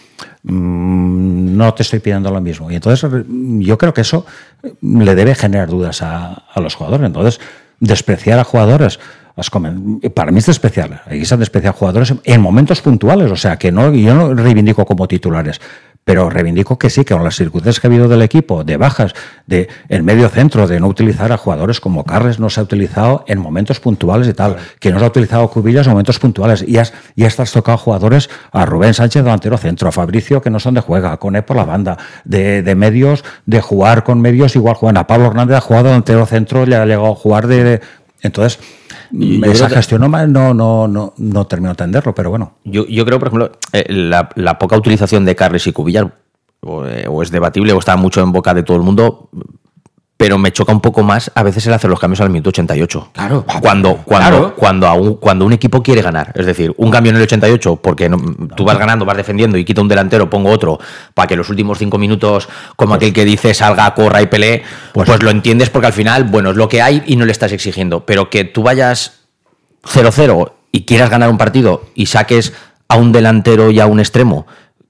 Mm, no te estoy pidiendo lo mismo. Y entonces yo creo que eso le debe generar dudas a, a los jugadores. Entonces, despreciar a jugadores, para mí es despreciar. Hay que despreciar jugadores en momentos puntuales. O sea, que no, yo no reivindico como titulares, pero reivindico que sí, que con las circunstancias que ha habido del equipo, de bajas, de el medio centro, de no utilizar a jugadores como Carles, no se ha utilizado en momentos puntuales y tal, que no se ha utilizado Cubillas en momentos puntuales, y has, y has tocado jugadores, a Rubén Sánchez delantero centro, a Fabricio que no son de juega, a Coné por la banda, de, de medios, de jugar con medios igual juegan, a Pablo Hernández ha jugado delantero centro, le ha llegado a jugar de... de entonces... Yo esa gestión no, no, no, no, no termino de entenderlo, pero bueno. Yo, yo creo, por ejemplo, eh, la, la poca utilización de Carles y Cubillas o, eh, o es debatible o está mucho en boca de todo el mundo, pero me choca un poco más a veces el hacer los cambios al minuto ochenta y ocho. Claro. Cuando, cuando, claro. cuando, a un, cuando un equipo quiere ganar, es decir, un cambio en el ochenta y ocho porque no, tú vas ganando, vas defendiendo y quita un delantero, pongo otro, para que los últimos cinco minutos, como pues, aquel que dice, salga, corra y pelee, pues, pues lo entiendes porque al final, bueno, es lo que hay y no le estás exigiendo. Pero que tú vayas cero cero y quieras ganar un partido y saques a un delantero y a un extremo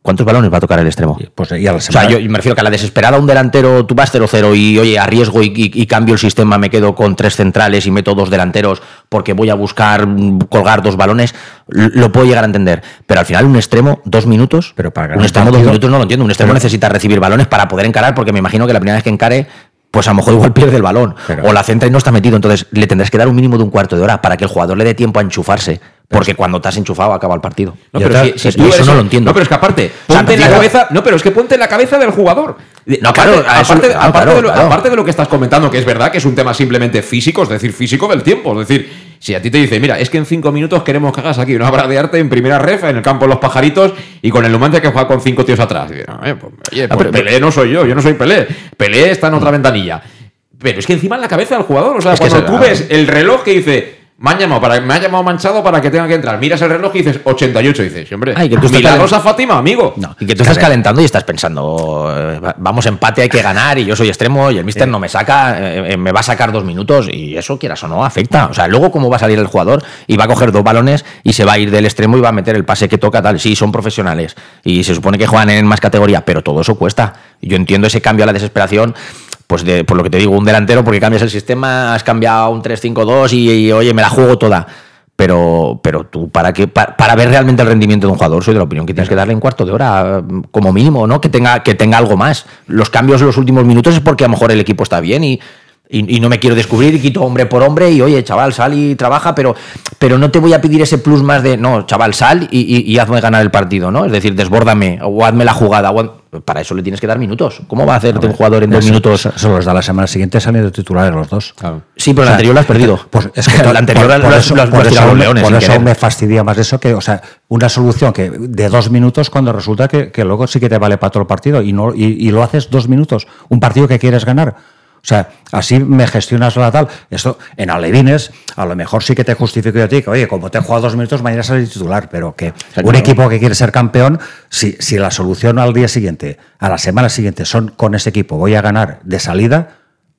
¿Cuántos balones va a tocar el extremo? Pues, y a la semana... O sea, yo me refiero que a la desesperada un delantero, tú vas cero cero y, oye, arriesgo y, y, y cambio el sistema, me quedo con tres centrales y meto dos delanteros porque voy a buscar colgar dos balones, lo puedo llegar a entender. Pero al final un extremo, dos minutos, pero para un extremo, partido, dos minutos no lo entiendo. Un extremo pero, necesita recibir balones para poder encarar, porque me imagino que la primera vez que encare, pues a lo mejor igual pierde el balón, pero, o la centra y no está metido. Entonces le tendrás que dar un mínimo de un cuarto de hora para que el jugador le dé tiempo a enchufarse. Porque cuando te has enchufado acaba el partido. No, pero es que, si eso, eso no lo entiendo. No, pero es que aparte, ponte en la cabeza, no, pero es que ponte en la cabeza del jugador. No, claro, aparte, eso, aparte, claro, aparte, claro, de lo, claro. aparte de lo que estás comentando, que es verdad que es un tema simplemente físico, es decir, físico del tiempo. Es decir, si a ti te dice, mira, es que en cinco minutos queremos que hagas aquí una obra de arte en primera ref, en el campo de los pajaritos, y con el Numancia que juega con cinco tíos atrás. Y, no, eh, pues, oye, pues, no, pero, Pelé no soy yo, yo no soy Pelé. Pelé está en otra ventanilla. Pero es que encima en la cabeza del jugador, o sea, es cuando tú ves el reloj que dice... Me han llamado para, me ha llamado manchado para que tenga que entrar. Miras el reloj y dices ochenta y ocho. Y dices, hombre, Ay, que tú milagrosa Fátima, amigo. No, y que tú estás calentando y estás pensando, vamos, empate, hay que ganar. Y yo soy extremo y el míster eh. no me saca, eh, me va a sacar dos minutos. Y eso, quieras o no, afecta. O sea, luego cómo va a salir el jugador y va a coger dos balones y se va a ir del extremo y va a meter el pase que toca, tal. Sí, son profesionales y se supone que juegan en más categoría, pero todo eso cuesta. Yo entiendo ese cambio a la desesperación. Pues de, por lo que te digo, un delantero, porque cambias el sistema, has cambiado un tres cinco dos y, y oye, me la juego toda. Pero, pero tú, para que para, para ver realmente el rendimiento de un jugador, soy de la opinión que tienes que darle un cuarto de hora, como mínimo, ¿no? Que tenga, que tenga algo más. Los cambios en los últimos minutos es porque a lo mejor el equipo está bien y, y, y no me quiero descubrir y quito hombre por hombre y oye, chaval, sal y trabaja, pero, pero no te voy a pedir ese plus más de, no, chaval, sal y, y, y hazme ganar el partido, ¿no? Es decir, desbórdame o hazme la jugada. O, para eso le tienes que dar minutos. ¿Cómo va a hacerte no, un jugador en dos eso, minutos? Se los da la semana siguiente saliendo titulares los dos. Claro. Sí, pero o sea, el anterior lo has perdido. Pues es que el anterior por, por eso, lo has, por eso, los leones. Por eso me fastidia más eso que, o sea, una solución que de dos minutos cuando resulta que, que luego sí que te vale para todo el partido y no y, y lo haces dos minutos. Un partido que quieres ganar. O sea, así me gestionas la tal. Esto, en alevines, a lo mejor sí que te justifico yo a ti, que oye, como te he jugado dos minutos, mañana sales titular, pero que un equipo que quiere ser campeón, si, si la solución al día siguiente, a la semana siguiente, son con ese equipo, voy a ganar de salida,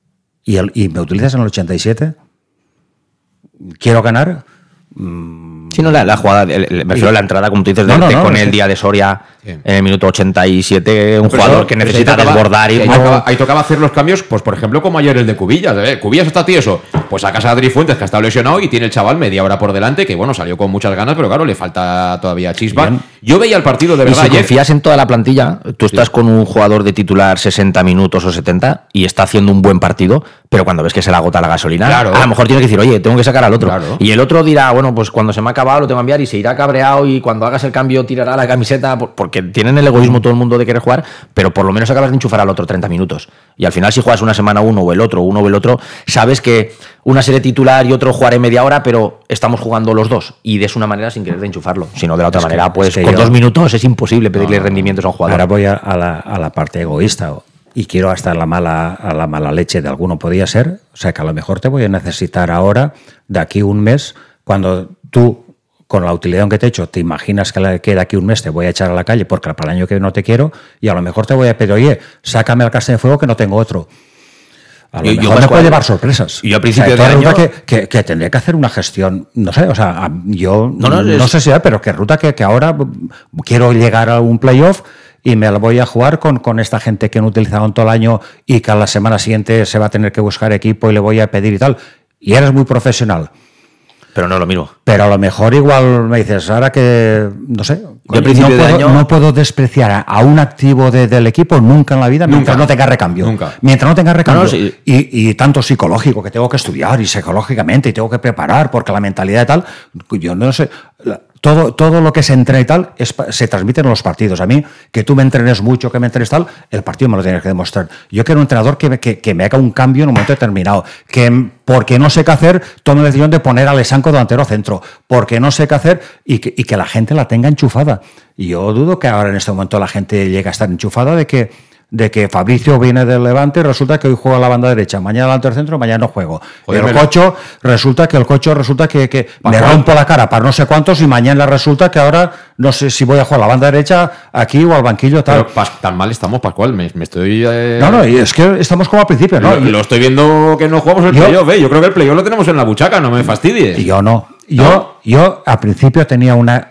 y, el, y me utilizas en el ochenta y siete, quiero ganar... Mmm, Sí, no, la, la jugada, el, el, me refiero a la entrada, como tú dices, de, no, no, no, con no, el sí. día de Soria sí. en el minuto ochenta y siete, un no, jugador eso, que necesita tocaba, desbordar. Y ahí, tocaba, ahí tocaba hacer los cambios, pues por ejemplo, como ayer el de Cubillas. ¿eh? Cubillas está tieso, pues sacas a Adri Fuentes, que ha estado lesionado, y tiene el chaval media hora por delante, que bueno, salió con muchas ganas, pero claro, le falta todavía chispa. Bien. Yo veía el partido de verdad. Y si ayer, confías en toda la plantilla, tú estás sí. con un jugador de titular sesenta minutos o setenta y está haciendo un buen partido, pero cuando ves que se le agota la gasolina, claro. a lo mejor tienes que decir, oye, tengo que sacar al otro. Claro. Y el otro dirá, bueno, pues cuando se me ha acabado lo tengo que enviar y se irá cabreado y cuando hagas el cambio tirará la camiseta, porque tienen el egoísmo todo el mundo de querer jugar, pero por lo menos acabas de enchufar al otro treinta minutos. Y al final si juegas una semana uno o el otro, uno o el otro, sabes que una serie titular y otro jugaré media hora, pero estamos jugando los dos. Y de una manera sin querer de enchufarlo. Si no, de la otra es manera, que, pues con yo, dos minutos es imposible pedirle no, rendimientos a un jugador. Ahora voy a, a, la, a la parte egoísta y quiero hasta la mala, a la mala leche de alguno podría ser. O sea, que a lo mejor te voy a necesitar ahora, de aquí un mes, cuando tú, con la utilidad que te he hecho, te imaginas que, la, que de aquí un mes te voy a echar a la calle porque para el año que viene no te quiero, y a lo mejor te voy a pedir, oye, sácame al Castell de Fuego que no tengo otro. A lo yo, mejor yo me puede llevar sorpresas. Y yo a principio o sea, de año... que, que, que tendría que hacer una gestión, no sé, o sea, yo no, no, no es... sé si es, pero que ruta que, que ahora quiero llegar a un playoff y me lo voy a jugar con, con esta gente que han utilizado en todo el año y que a la semana siguiente se va a tener que buscar equipo y le voy a pedir y tal. Y eres muy profesional. Pero no es lo mismo. Pero a lo mejor igual me dices, ahora que, no sé, yo principio no, de puedo, año... no puedo despreciar a, a un activo de, del equipo nunca en la vida, mientras nunca. no tenga recambio. Nunca. Mientras no tenga recambio. No, no, sí. y, y tanto psicológico, que tengo que estudiar, y psicológicamente, y tengo que preparar, porque la mentalidad y tal, yo no sé... Todo, todo lo que se entrena y tal es, se transmite en los partidos. A mí, que tú me entrenes mucho, que me entrenes tal, el partido me lo tienes que demostrar. Yo quiero un entrenador que me, que, que me haga un cambio en un momento determinado. Que porque no sé qué hacer, tome la decisión de poner a Lesanco delantero centro. Porque no sé qué hacer y que, y que la gente la tenga enchufada. Y yo dudo que ahora en este momento la gente llegue a estar enchufada de que... de que Fabricio viene del Levante y resulta que hoy juega a la banda derecha, mañana delante del centro, mañana no juego. Joder, el Cocho, resulta que el Cocho resulta que, que me rompo la cara para no sé cuántos y mañana resulta que ahora no sé si voy a jugar a la banda derecha aquí o al banquillo tal. Pero tan mal estamos, Pascual, me, me estoy... Eh... No, no, y es que estamos como al principio, ¿no? Lo, lo estoy viendo que no jugamos el yo, playoff, ¿eh? Yo creo que el playoff lo tenemos en la buchaca, no me fastidies. Yo no. Yo, ¿no? yo al principio tenía una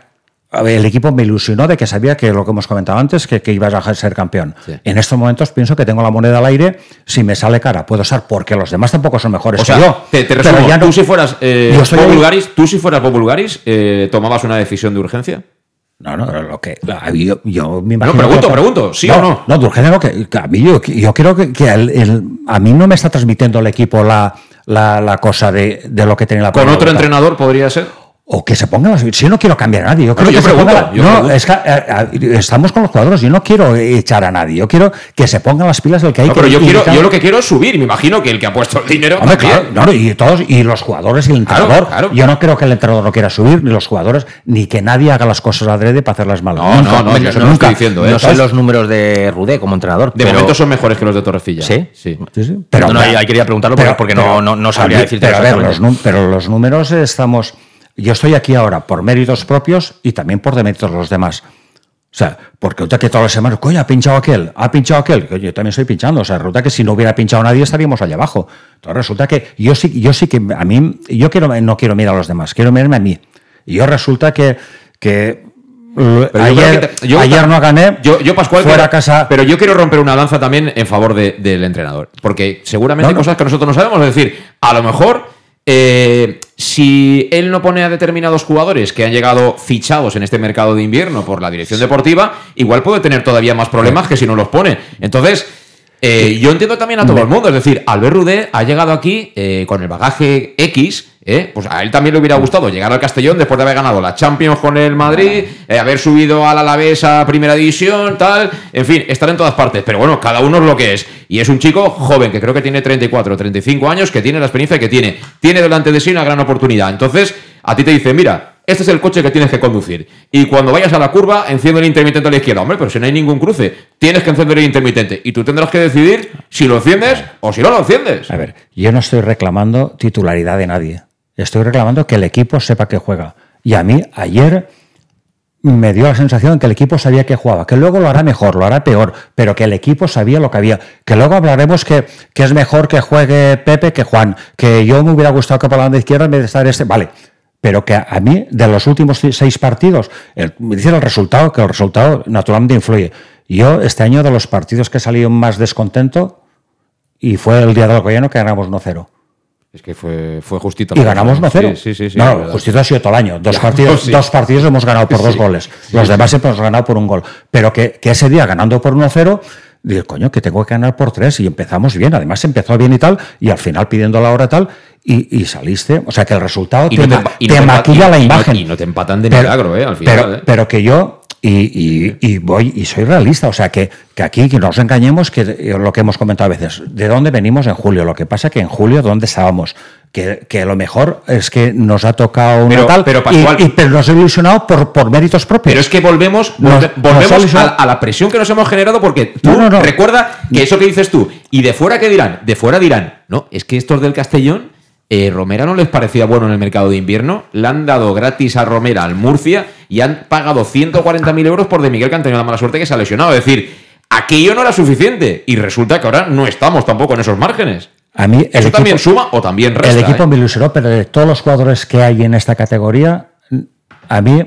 el equipo me ilusionó de que sabía que lo que hemos comentado antes, que, que ibas a ser campeón. Sí. En estos momentos pienso que tengo la moneda al aire, si me sale cara puedo ser, porque los demás tampoco son mejores o sea, que yo. Te, te resumo, ya no, tú si fueras eh, Bob Bulgaris, tú si fueras Bob Bulgaris, eh, ¿tomabas una decisión de urgencia? No, no, lo que yo, yo me imagino. No, pregunto, que, pregunto, ¿sí no, o no? No, de urgencia no, que, que a mí yo, yo creo que, que el, el, a mí no me está transmitiendo el equipo la, la, la cosa de, de lo que tenía la. ¿Con otro entrenador podría ser? O que se ponga más. Si yo no quiero cambiar a nadie, yo creo no, que yo se pregunto, ponga. yo no, pregunto. es que a, a, estamos con los jugadores. Yo no quiero echar a nadie. Yo quiero que se pongan las pilas del que hay no, que. Pero yo quiero, yo lo que quiero es subir. Me imagino que el que ha puesto el dinero. Hombre, claro, no, y todos, y los jugadores y el entrenador. Claro, claro. Yo no creo que el entrenador no quiera subir, ni los jugadores, ni que nadie haga las cosas adrede para hacerlas mal. No, nunca, no, no, yo eso no lo estoy diciendo. ¿eh? No son los números de Rudé como entrenador. De pero... momento son mejores que los de Torrecilla. ¿Sí? Sí. sí, sí. Pero, no, no, ahí quería preguntarlo pero, porque pero, no, no, no sabría decirte. Pero, a ver, los, pero los números estamos. Yo estoy aquí ahora por méritos propios y también por deméritos de los demás. O sea, porque resulta que todas las semanas, coño, ha pinchado aquel, ha pinchado aquel, que yo también estoy pinchando. O sea, resulta que si no hubiera pinchado nadie estaríamos allá abajo. Entonces resulta que yo sí, yo sí que a mí, yo quiero, no quiero mirar a los demás, quiero mirarme a mí. Y yo resulta que, que ayer, que te, yo, ayer no gané, yo, yo Pascual, fuera pero, a casa. Pero yo quiero romper una lanza también en favor de, del entrenador. Porque seguramente no, hay no. cosas que nosotros no sabemos. Es decir, a lo mejor. Eh, si él no pone a determinados jugadores que han llegado fichados en este mercado de invierno por la dirección deportiva, igual puede tener todavía más problemas que si no los pone. Entonces, eh, yo entiendo también a todo el mundo. Es decir, Albert Rudé ha llegado aquí eh, con el bagaje X. Eh, pues a él también le hubiera gustado llegar al Castellón después de haber ganado la Champions con el Madrid, eh, haber subido al Alavés a Primera División, tal, en fin, estar en todas partes. Pero bueno, cada uno es lo que es. Y es un chico joven, que creo que tiene treinta y cuatro, treinta y cinco años, que tiene la experiencia que tiene. Tiene delante de sí una gran oportunidad. Entonces, a ti te dicen, mira, este es el coche que tienes que conducir. Y cuando vayas a la curva, enciende el intermitente a la izquierda. Hombre, pero si no hay ningún cruce, tienes que encender el intermitente. Y tú tendrás que decidir si lo enciendes o si no lo enciendes. A ver, yo no estoy reclamando titularidad de nadie. Estoy reclamando que el equipo sepa que juega. Y a mí, ayer, me dio la sensación de que el equipo sabía que jugaba. Que luego lo hará mejor, lo hará peor, pero que el equipo sabía lo que había. Que luego hablaremos que, que es mejor que juegue Pepe que Juan. Que yo me hubiera gustado que por la banda izquierda en vez de estar este... Vale, pero que a mí, de los últimos seis partidos, el, me dice el resultado, que el resultado naturalmente influye. Yo, este año, de los partidos que he salido más descontento, y fue el día del Alcoyano, que ganamos uno cero. Es que fue, fue justito. Y ganamos uno cero. Sí, sí, sí, sí, no, justito ha sido todo el año. Dos, ya, partidos, sí. dos partidos hemos ganado por dos sí, goles. Sí, Los sí. demás hemos ganado por un gol. Pero que, que ese día, ganando por uno cero, dije, coño, que tengo que ganar por tres. Y empezamos bien. Además, empezó bien y tal. Y al final pidiendo la hora tal. Y, y saliste. O sea, que el resultado y te, no te, ma- y te no te maquilla y, la y imagen. No, y no te empatan de pero, milagro, ¿eh? Al final. Pero, ¿eh? pero que yo... Y, y, y voy y soy realista, o sea que, que aquí que no nos engañemos, que lo que hemos comentado a veces, ¿de dónde venimos en julio? Lo que pasa que en julio, ¿dónde estábamos? Que, que lo mejor es que nos ha tocado una pero, tal, pero, Pascual, y, y, pero nos ha ilusionado por, por méritos propios. Pero es que volvemos, Nos- volve- volvemos nos ha a, a la presión que nos hemos generado porque tú No, no, no. recuerda que eso que dices tú, y de fuera ¿qué dirán? De fuera dirán, no, es que estos del Castellón, eh, Romera no les parecía bueno en el mercado de invierno, le han dado gratis a Romera al Murcia y han pagado ciento cuarenta mil euros por De Miguel, que han tenido la mala suerte que se ha lesionado. Es decir, aquello no era suficiente y resulta que ahora no estamos tampoco en esos márgenes. A mí el ¿Eso equipo, también suma o también resta? el equipo ¿eh? me ilusionó, pero de todos los jugadores que hay en esta categoría, a mí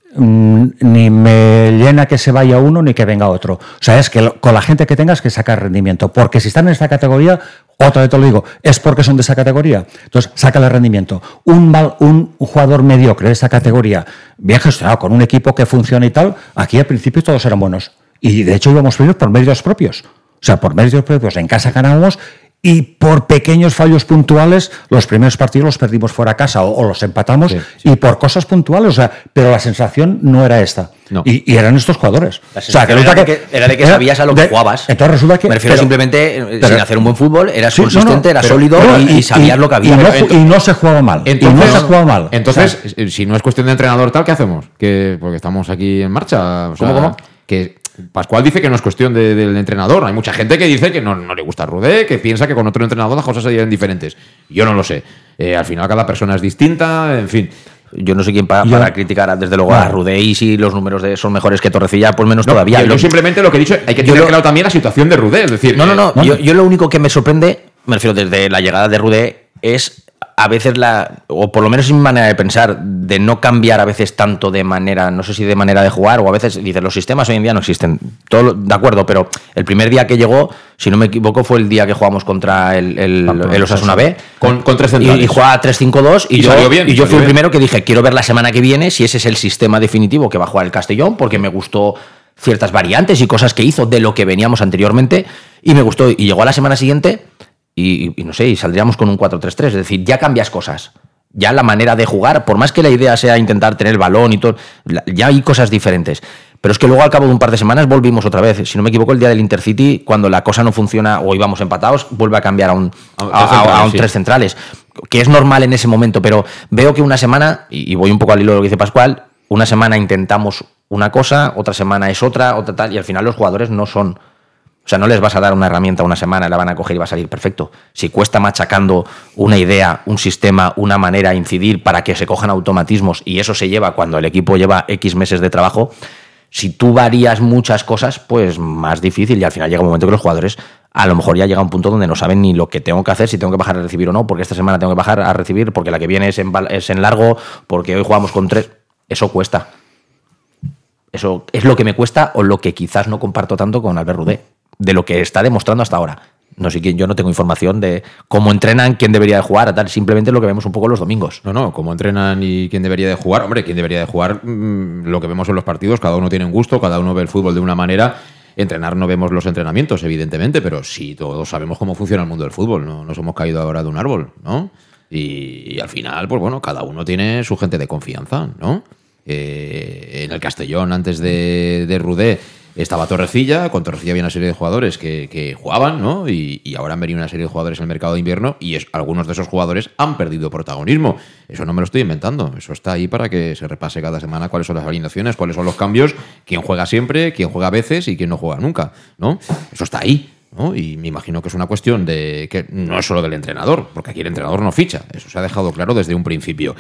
mm, ni me llena que se vaya uno ni que venga otro. O sea, es que lo- con la gente que tengas que sacar rendimiento, porque si están en esta categoría, otra vez te lo digo, es porque son de esa categoría. Entonces, sácale rendimiento. Un, mal, un jugador mediocre de esa categoría, bien gestionado, con un equipo que funciona y tal, aquí al principio todos eran buenos. Y de hecho íbamos primero por méritos propios. O sea, por méritos propios en casa ganábamos. Y por pequeños fallos puntuales, los primeros partidos los perdimos fuera a casa o, o los empatamos, Sí, sí. y por cosas puntuales, o sea, pero la sensación no era esta. No. Y, y eran estos jugadores. La O sea, sensación resulta era, de que, era de que sabías a lo que de- jugabas. Entonces resulta que... Me refiero pero- simplemente, eh, pero- sin hacer un buen fútbol, eras Sí, no, consistente, no, eras pero- sólido no, y, y sabías lo que había. Y no, Pero ju- y no se jugaba mal. Entonces, y no se jugaba mal. Entonces, O sea, eh, si no es cuestión de entrenador tal, ¿qué hacemos? Que, porque estamos aquí en marcha. O sea, ¿Cómo, cómo? Que Pascual dice que no es cuestión de- del entrenador. Hay mucha gente que dice que no, no le gusta Rudé, que piensa que con otro entrenador las cosas serían diferentes. Yo no lo sé. Eh, al final cada persona es distinta, en fin. Yo no sé quién pa- Yo- para criticar desde luego Claro. a Rudé, y si los números de son mejores que Torrecilla, pues menos No, todavía. yo, Lo- yo simplemente lo que he dicho, hay que yo tener lo- claro también la situación de Rudé. Es decir, No, no, eh, no. no. Yo, yo lo único que me sorprende, me refiero desde la llegada de Rudé, es a veces la, o por lo menos es mi manera de pensar, de no cambiar a veces tanto de manera, no sé si de manera de jugar, o a veces dices, los sistemas hoy en día no existen, todo de acuerdo, pero el primer día que llegó, si no me equivoco, fue el día que jugamos contra el, el, el Osasuna B, con, con tres centrales. Y, y jugaba tres cinco dos, y, y, yo, bien, y yo fui bien. el primero que dije, quiero ver la semana que viene si ese es el sistema definitivo que va a jugar el Castellón, porque me gustó ciertas variantes y cosas que hizo de lo que veníamos anteriormente, y me gustó, y llegó a la semana siguiente... Y, y no sé, y saldríamos con un cuatro tres tres, es decir, ya cambias cosas, ya la manera de jugar, por más que la idea sea intentar tener el balón y todo, ya hay cosas diferentes, pero es que luego al cabo de un par de semanas volvimos otra vez, si no me equivoco el día del Intercity, cuando la cosa no funciona o íbamos empatados, vuelve a cambiar a un, a, a, a, a un sí. tres centrales, que es normal en ese momento, pero veo que una semana, y, y voy un poco al hilo de lo que dice Pascual, una semana intentamos una cosa, otra semana es otra, otra tal, y al final los jugadores no son... O sea, no les vas a dar una herramienta una semana, la van a coger y va a salir perfecto. Si cuesta machacando una idea, un sistema, una manera de incidir para que se cojan automatismos, y eso se lleva cuando el equipo lleva X meses de trabajo, si tú varías muchas cosas, pues más difícil, y al final llega un momento que los jugadores a lo mejor ya llega a un punto donde no saben ni lo que tengo que hacer, si tengo que bajar a recibir o no, porque esta semana tengo que bajar a recibir, porque la que viene es en, es en largo, porque hoy jugamos con tres. Eso cuesta. Eso es lo que me cuesta o lo que quizás no comparto tanto con Albert Rudé, de lo que está demostrando hasta ahora. No sé quién, yo no tengo información de cómo entrenan, quién debería de jugar, tal, simplemente lo que vemos un poco los domingos. No, no, cómo entrenan y quién debería de jugar. Hombre, quién debería de jugar, mmm, lo que vemos en los partidos, cada uno tiene un gusto, cada uno ve el fútbol de una manera. Entrenar no vemos los entrenamientos, evidentemente, pero sí todos sabemos cómo funciona el mundo del fútbol, no nos hemos caído ahora de un árbol, ¿no? Y, y al final, pues bueno, cada uno tiene su gente de confianza, ¿no? Eh, en el Castellón, antes de, de Rudé, estaba Torrecilla, con Torrecilla había una serie de jugadores que, que jugaban, ¿no? Y, y ahora han venido una serie de jugadores en el mercado de invierno y es, algunos de esos jugadores han perdido protagonismo. Eso no me lo estoy inventando, eso está ahí para que se repase cada semana cuáles son las alineaciones, cuáles son los cambios, quién juega siempre, quién juega a veces y quién no juega nunca, ¿no? Eso está ahí, ¿no? Y me imagino que es una cuestión de que no es solo del entrenador, porque aquí el entrenador no ficha, eso se ha dejado claro desde un principio.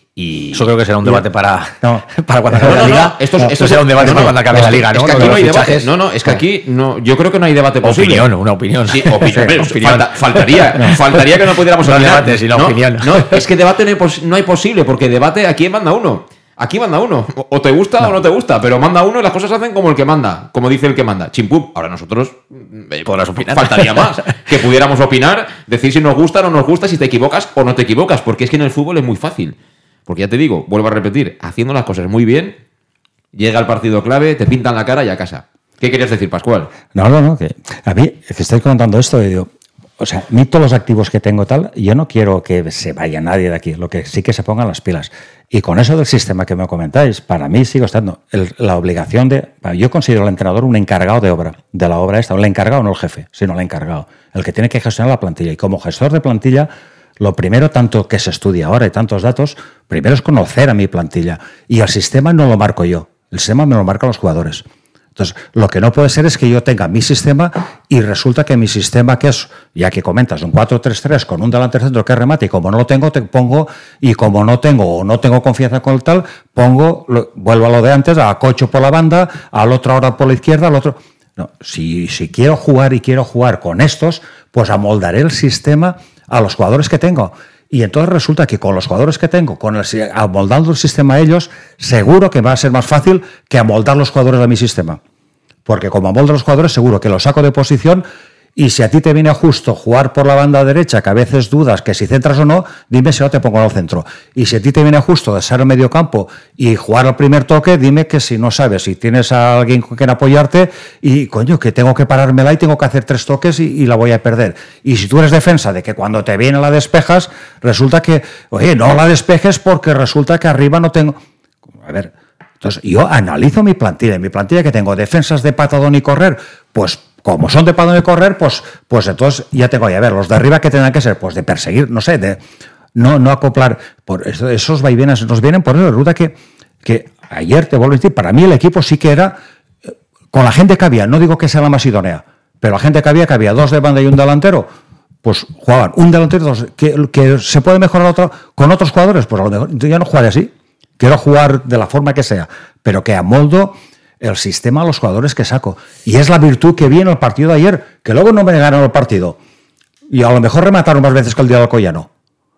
Y eso creo que será un debate para, no. para cuando acabe no, no, la liga. No, esto, no, esto, esto será un debate no, no, para cuando acabe la liga, ¿no? Es que aquí no hay debate. No, no, es que aquí no, yo creo que no hay debate posible. Opinión, una opinión. Sí, opinión. Sí, opinión. Falta, faltaría, no. faltaría que no pudiéramos no opinar. debate, sino no, opinión. No, es que debate no hay, pos, no hay posible, porque debate aquí manda uno. Aquí manda uno. O te gusta no. o no te gusta, pero manda uno y las cosas se hacen como el que manda, como dice el que manda. Chimpum. Ahora nosotros eh, podrás opinar. Faltaría más. Que pudiéramos opinar, decir si nos gusta o no nos gusta, si te equivocas o no te equivocas, porque es que en el fútbol es muy fácil. Porque ya te digo, vuelvo a repetir, haciendo las cosas muy bien, llega el partido clave, te pintan la cara y a casa. ¿Qué querías decir, Pascual? No, no, no. Que a mí, es que estoy contando esto y digo, o sea, a mí todos los activos que tengo tal, yo no quiero que se vaya nadie de aquí, lo que sí que se pongan las pilas. Y con eso del sistema que me comentáis, para mí sigo estando el, la obligación de... Yo considero al entrenador un encargado de obra, de la obra esta, el encargado, no el jefe, sino el encargado, el que tiene que gestionar la plantilla. Y como gestor de plantilla... Lo primero, tanto que se estudia ahora y tantos datos, primero es conocer a mi plantilla. Y el sistema no lo marco yo, el sistema me lo marcan los jugadores. Entonces, lo que no puede ser es que yo tenga mi sistema y resulta que mi sistema, que es, ya que comentas, un cuatro tres tres con un delantero centro que remate, y como no lo tengo, te pongo, y como no tengo o no tengo confianza con el tal, pongo, lo, vuelvo a lo de antes, a Cocho por la banda, al otro ahora por la izquierda, al otro... No, si, si quiero jugar y quiero jugar con estos, pues amoldaré el sistema a los jugadores que tengo. Y entonces resulta que con los jugadores que tengo, con el, amoldando el sistema a ellos, seguro que va a ser más fácil que amoldar los jugadores a mi sistema. Porque como amoldo los jugadores, seguro que los saco de posición. Y si a ti te viene justo jugar por la banda derecha, que a veces dudas que si centras o no, dime si no te pongo al centro. Y si a ti te viene justo de ser el medio campo y jugar al primer toque, dime que si no sabes, si tienes a alguien con quien apoyarte y, coño, que tengo que parármela y tengo que hacer tres toques y, y la voy a perder. Y si tú eres defensa de que cuando te viene la despejas, resulta que, oye, no la despejes porque resulta que arriba no tengo... A ver, entonces yo analizo mi plantilla. Mi plantilla que tengo defensas de patadón y correr, pues... Como son de patadón y correr, pues, pues entonces ya tengo ya a ver, los de arriba que tendrán que ser, pues de perseguir, no sé, de no, no acoplar. Por eso, esos vaivenes nos vienen por eso. Resulta que, que ayer, te vuelvo a decir, para mí el equipo sí que era, con la gente que había, no digo que sea la más idónea, pero la gente que había, que había dos de banda y un delantero, pues jugaban un delantero y dos, que, que se puede mejorar otro, con otros jugadores, pues a lo mejor yo no jugaré así, quiero jugar de la forma que sea, pero que amoldo el sistema a los jugadores que saco. Y es la virtud que vi en el partido de ayer, que luego no me ganaron el partido. Y a lo mejor remataron más veces que el día del Collano.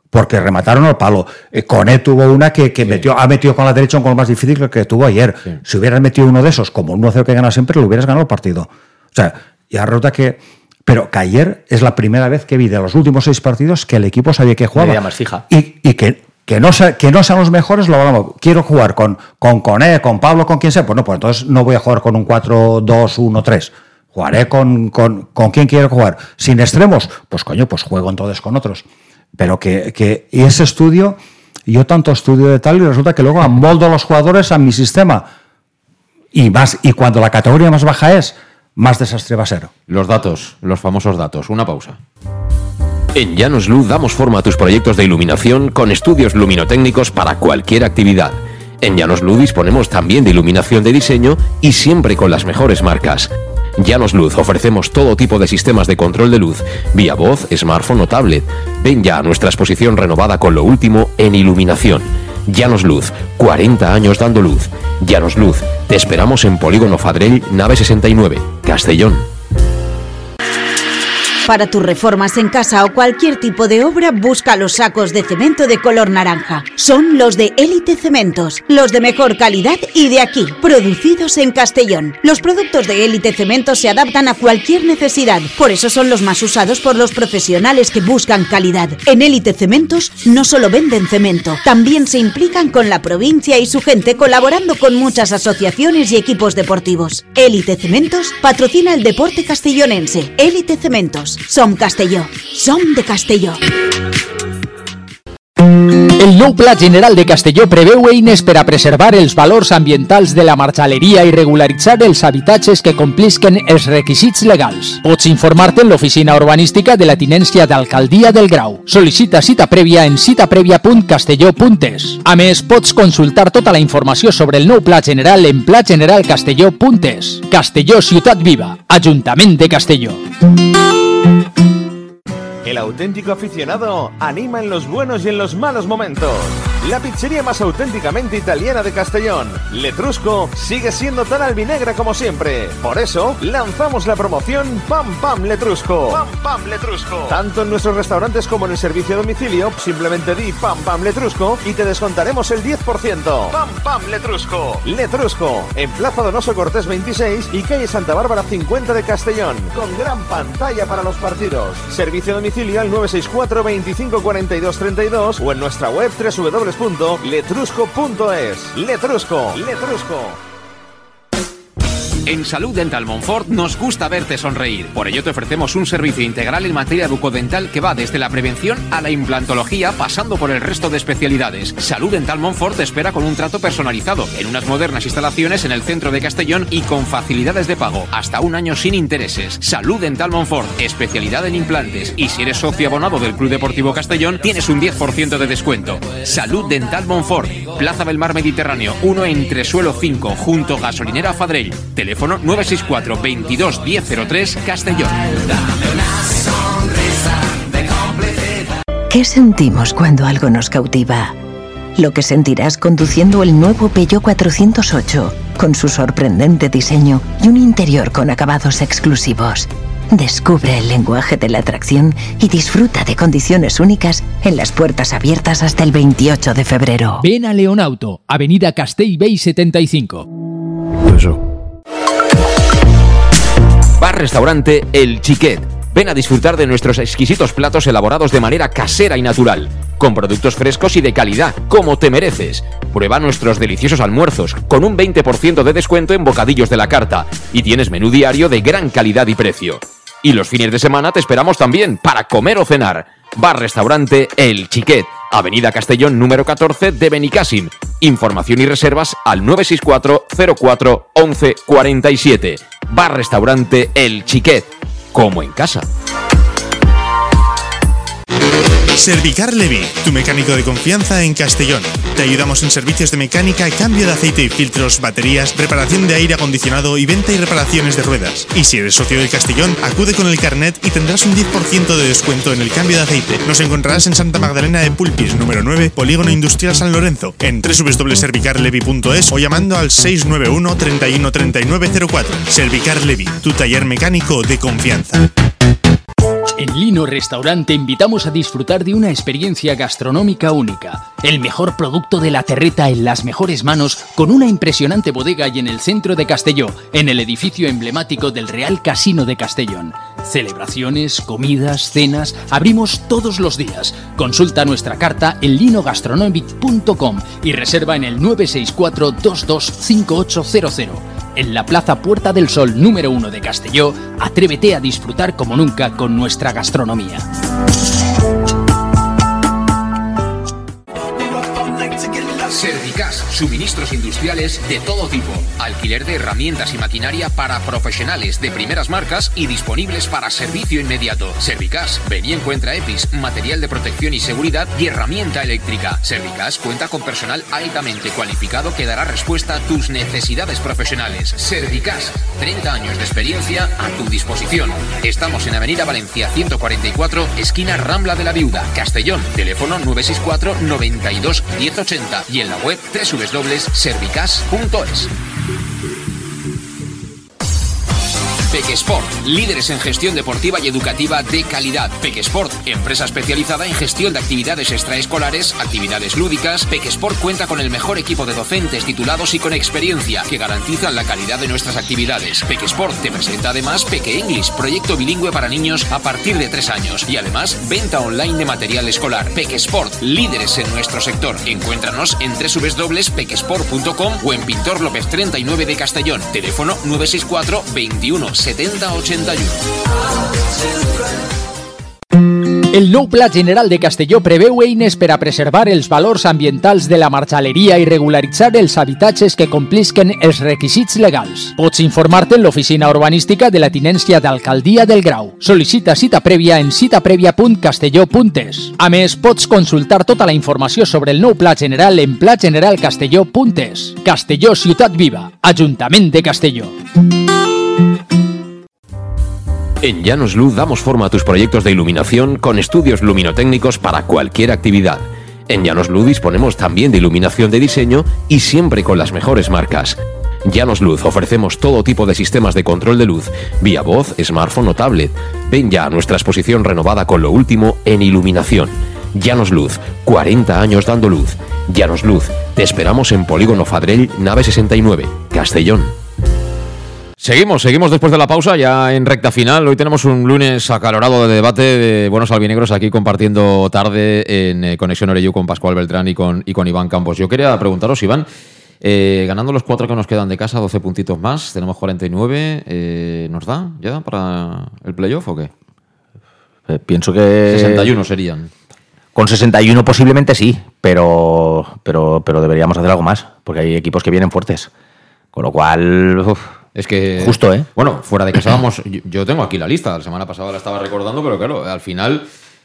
porque remataron al palo. Eh, Coné tuvo una que, que sí. metió, ha metido con la derecha un gol más difícil que el que tuvo ayer. Sí. Si hubieras metido uno de esos, como un uno cero que gana siempre, lo hubieras ganado el partido. O sea, ya rota que... Pero que ayer es la primera vez que vi de los últimos seis partidos que el equipo sabía que jugaba. Idea más fija. Y, y que, que, no sea, que no sean los mejores, lo hablamos. Quiero jugar con, con Coné, con Pablo, con quien sea. Pues no, pues entonces no voy a jugar con un cuatro dos uno tres. Jugaré con, con, con quien quiero jugar. Sin extremos, pues coño, pues juego entonces con otros. Pero que, que y ese estudio, yo tanto estudio de tal y resulta que luego amoldo a los jugadores a mi sistema. Y más, y cuando la categoría más baja es, más desastre va a ser. Los datos, los famosos datos. Una pausa. En Llanos Luz damos forma a tus proyectos de iluminación con estudios luminotécnicos para cualquier actividad. En Llanos Luz disponemos también de iluminación de diseño y siempre con las mejores marcas. Llanos Luz ofrecemos todo tipo de sistemas de control de luz, vía voz, smartphone o tablet. Ven ya a nuestra exposición renovada con lo último en iluminación. Llanos Luz, cuarenta años dando luz. Llanos Luz, te esperamos en Polígono Fadrell, nave sesenta y nueve, Castellón. Para tus reformas en casa o cualquier tipo de obra, busca los sacos de cemento de color naranja. Son los de Élite Cementos, los de mejor calidad y de aquí, producidos en Castellón. Los productos de Élite Cementos se adaptan a cualquier necesidad, por eso son los más usados por los profesionales que buscan calidad. En Élite Cementos no solo venden cemento, también se implican con la provincia y su gente, colaborando con muchas asociaciones y equipos deportivos. Élite Cementos patrocina el deporte castellonense. Élite Cementos. Som Castelló. Som de Castelló. El nou Pla General de Castelló preveu eines per a preservar els valors ambientals de la marxaleria i regularitzar els habitatges que complisquen els requisits legals. Pots informar-te en l'oficina urbanística de la tinència d'Alcaldia del Grau. Sol·licita cita prèvia en citaprèvia punt castelló punt es. A més, pots consultar tota la informació sobre el nou Pla General en pla general castelló punt es. Castelló, ciutat viva. Ajuntament de Castelló. El auténtico aficionado anima en los buenos y en los malos momentos. La pizzería más auténticamente italiana de Castellón, Letrusco, sigue siendo tan albinegra como siempre. Por eso, lanzamos la promoción Pam Pam Letrusco. Pam Pam Letrusco. Tanto en nuestros restaurantes como en el servicio a domicilio, simplemente di Pam Pam Letrusco y te descontaremos el diez por ciento. Pam Pam Letrusco. Letrusco, en Plaza Donoso Cortés veintiséis y calle Santa Bárbara cincuenta de Castellón, con gran pantalla para los partidos. Servicio a domicilio al nueve seis cuatro, veinticinco cuarenta y dos treinta y dos o en nuestra web doble u doble u doble u punto letrusco punto es. Letrusco, Letrusco. En Salud Dental Montfort nos gusta verte sonreír. Por ello te ofrecemos un servicio integral en materia bucodental que va desde la prevención a la implantología, pasando por el resto de especialidades. Salud Dental Montfort te espera con un trato personalizado, en unas modernas instalaciones en el centro de Castellón y con facilidades de pago, hasta un año sin intereses. Salud Dental Montfort, especialidad en implantes. Y si eres socio abonado del Club Deportivo Castellón, tienes un diez por ciento de descuento. Salud Dental Montfort, Plaza del Mar Mediterráneo, uno Entresuelo cinco, junto Gasolinera Fadrell. Teléfono nueve seis cuatro, veintidós, diez cero tres, Castellón. ¿Qué sentimos cuando algo nos cautiva? Lo que sentirás conduciendo el nuevo Peugeot cuatrocientos ocho, con su sorprendente diseño y un interior con acabados exclusivos. Descubre el lenguaje de la atracción y disfruta de condiciones únicas en las puertas abiertas hasta el veintiocho de febrero. Ven a Leonauto, Avenida Castellbell setenta y cinco. Eso. Bar-restaurante El Xiquet. Ven a disfrutar de nuestros exquisitos platos elaborados de manera casera y natural, con productos frescos y de calidad, como te mereces. Prueba nuestros deliciosos almuerzos, con un veinte por ciento de descuento en bocadillos de la carta, y tienes menú diario de gran calidad y precio. Y los fines de semana te esperamos también para comer o cenar. Bar-restaurante El Xiquet, Avenida Castellón número catorce de Benicàssim. Información y reservas al nueve seis cuatro, cero cuatro, once, cuarenta y siete. Bar-restaurante El Xiquet, como en casa. Servicar Levi, tu mecánico de confianza en Castellón. Te ayudamos en servicios de mecánica, cambio de aceite y filtros, baterías, reparación de aire acondicionado y venta y reparaciones de ruedas. Y si eres socio de Castellón, acude con el carnet y tendrás un diez por ciento de descuento en el cambio de aceite. Nos encontrarás en Santa Magdalena de Pulpis, número nueve, Polígono Industrial San Lorenzo, en doble u doble u doble u punto servicar levi punto es o llamando al seis nueve uno, treinta y uno, treinta y nueve cero cuatro. Servicar Levi, tu taller mecánico de confianza. En Lino Restaurant te invitamos a disfrutar de una experiencia gastronómica única. El mejor producto de la terreta en las mejores manos, con una impresionante bodega y en el centro de Castelló, en el edificio emblemático del Real Casino de Castellón. Celebraciones, comidas, cenas, abrimos todos los días. Consulta nuestra carta en lino gastronomic punto com y reserva en el nueve seis cuatro dos dos cinco ocho cero cero. En la Plaza Puerta del Sol número uno de Castelló, atrévete a disfrutar como nunca con nuestra gastronomía. Servicas, suministros industriales de todo tipo, alquiler de herramientas y maquinaria para profesionales de primeras marcas y disponibles para servicio inmediato. Servicas, ven y encuentra E P I S, material de protección y seguridad y herramienta eléctrica. Servicas cuenta con personal altamente cualificado que dará respuesta a tus necesidades profesionales. Servicas, treinta años de experiencia a tu disposición. Estamos en Avenida Valencia ciento cuarenta y cuatro, esquina Rambla de la Viuda, Castellón. Teléfono nueve seis cuatro noventa y dos diez ochenta y en la web doble u doble u doble u punto servicas punto es. Pequesport, líderes en gestión deportiva y educativa de calidad. Pequesport, empresa especializada en gestión de actividades extraescolares, actividades lúdicas. Pequesport cuenta con el mejor equipo de docentes titulados y con experiencia que garantizan la calidad de nuestras actividades. Pequesport te presenta además Peque English, proyecto bilingüe para niños a partir de tres años y además venta online de material escolar. Pequesport, líderes en nuestro sector. Encuéntranos en doble u doble u doble u punto pequesport punto com o en Pintor López treinta y nueve de Castellón. Teléfono nueve seis cuatro veintiuno setenta ochenta y uno. El nou Pla General de Castelló preveu eines per a preservar els valors ambientals de la marxaleria i regularitzar els habitatges que complisquen els requisits legals. Pots informar-te en l'oficina urbanística de la tinència d'Alcaldia del Grau. Sol·licita cita prèvia en cita prèvia punt castelló punt es. A més, pots consultar tota la informació sobre el nou Pla General en pla general castelló punt es. Castelló, ciutat viva. Ajuntament de Castelló. En Llanos Luz damos forma a tus proyectos de iluminación con estudios luminotécnicos para cualquier actividad. En Llanos Luz disponemos también de iluminación de diseño y siempre con las mejores marcas. Llanos Luz ofrecemos todo tipo de sistemas de control de luz, vía voz, smartphone o tablet. Ven ya a nuestra exposición renovada con lo último en iluminación. Llanos Luz, cuarenta años dando luz. Llanos Luz, te esperamos en Polígono Fadrell, nave sesenta y nueve, Castellón. Seguimos, seguimos después de la pausa, ya en recta final. Hoy tenemos un lunes acalorado de debate de buenos albinegros aquí compartiendo tarde en eh, Conexión Oreyú con Pascual Beltrán y con, y con Iván Campos. Yo quería preguntaros, Iván, eh, ganando los cuatro que nos quedan de casa, doce puntitos más, tenemos cuarenta y nueve, eh, ¿nos da ya para el playoff o qué? Eh, pienso que... sesenta y uno serían. Con sesenta y uno posiblemente sí, pero, pero, pero deberíamos hacer algo más, porque hay equipos que vienen fuertes. Con lo cual... Uf, es que... Justo, ¿eh? Bueno, fuera de casa vamos... Yo, yo tengo aquí la lista, la semana pasada la estaba recordando, pero claro, al final,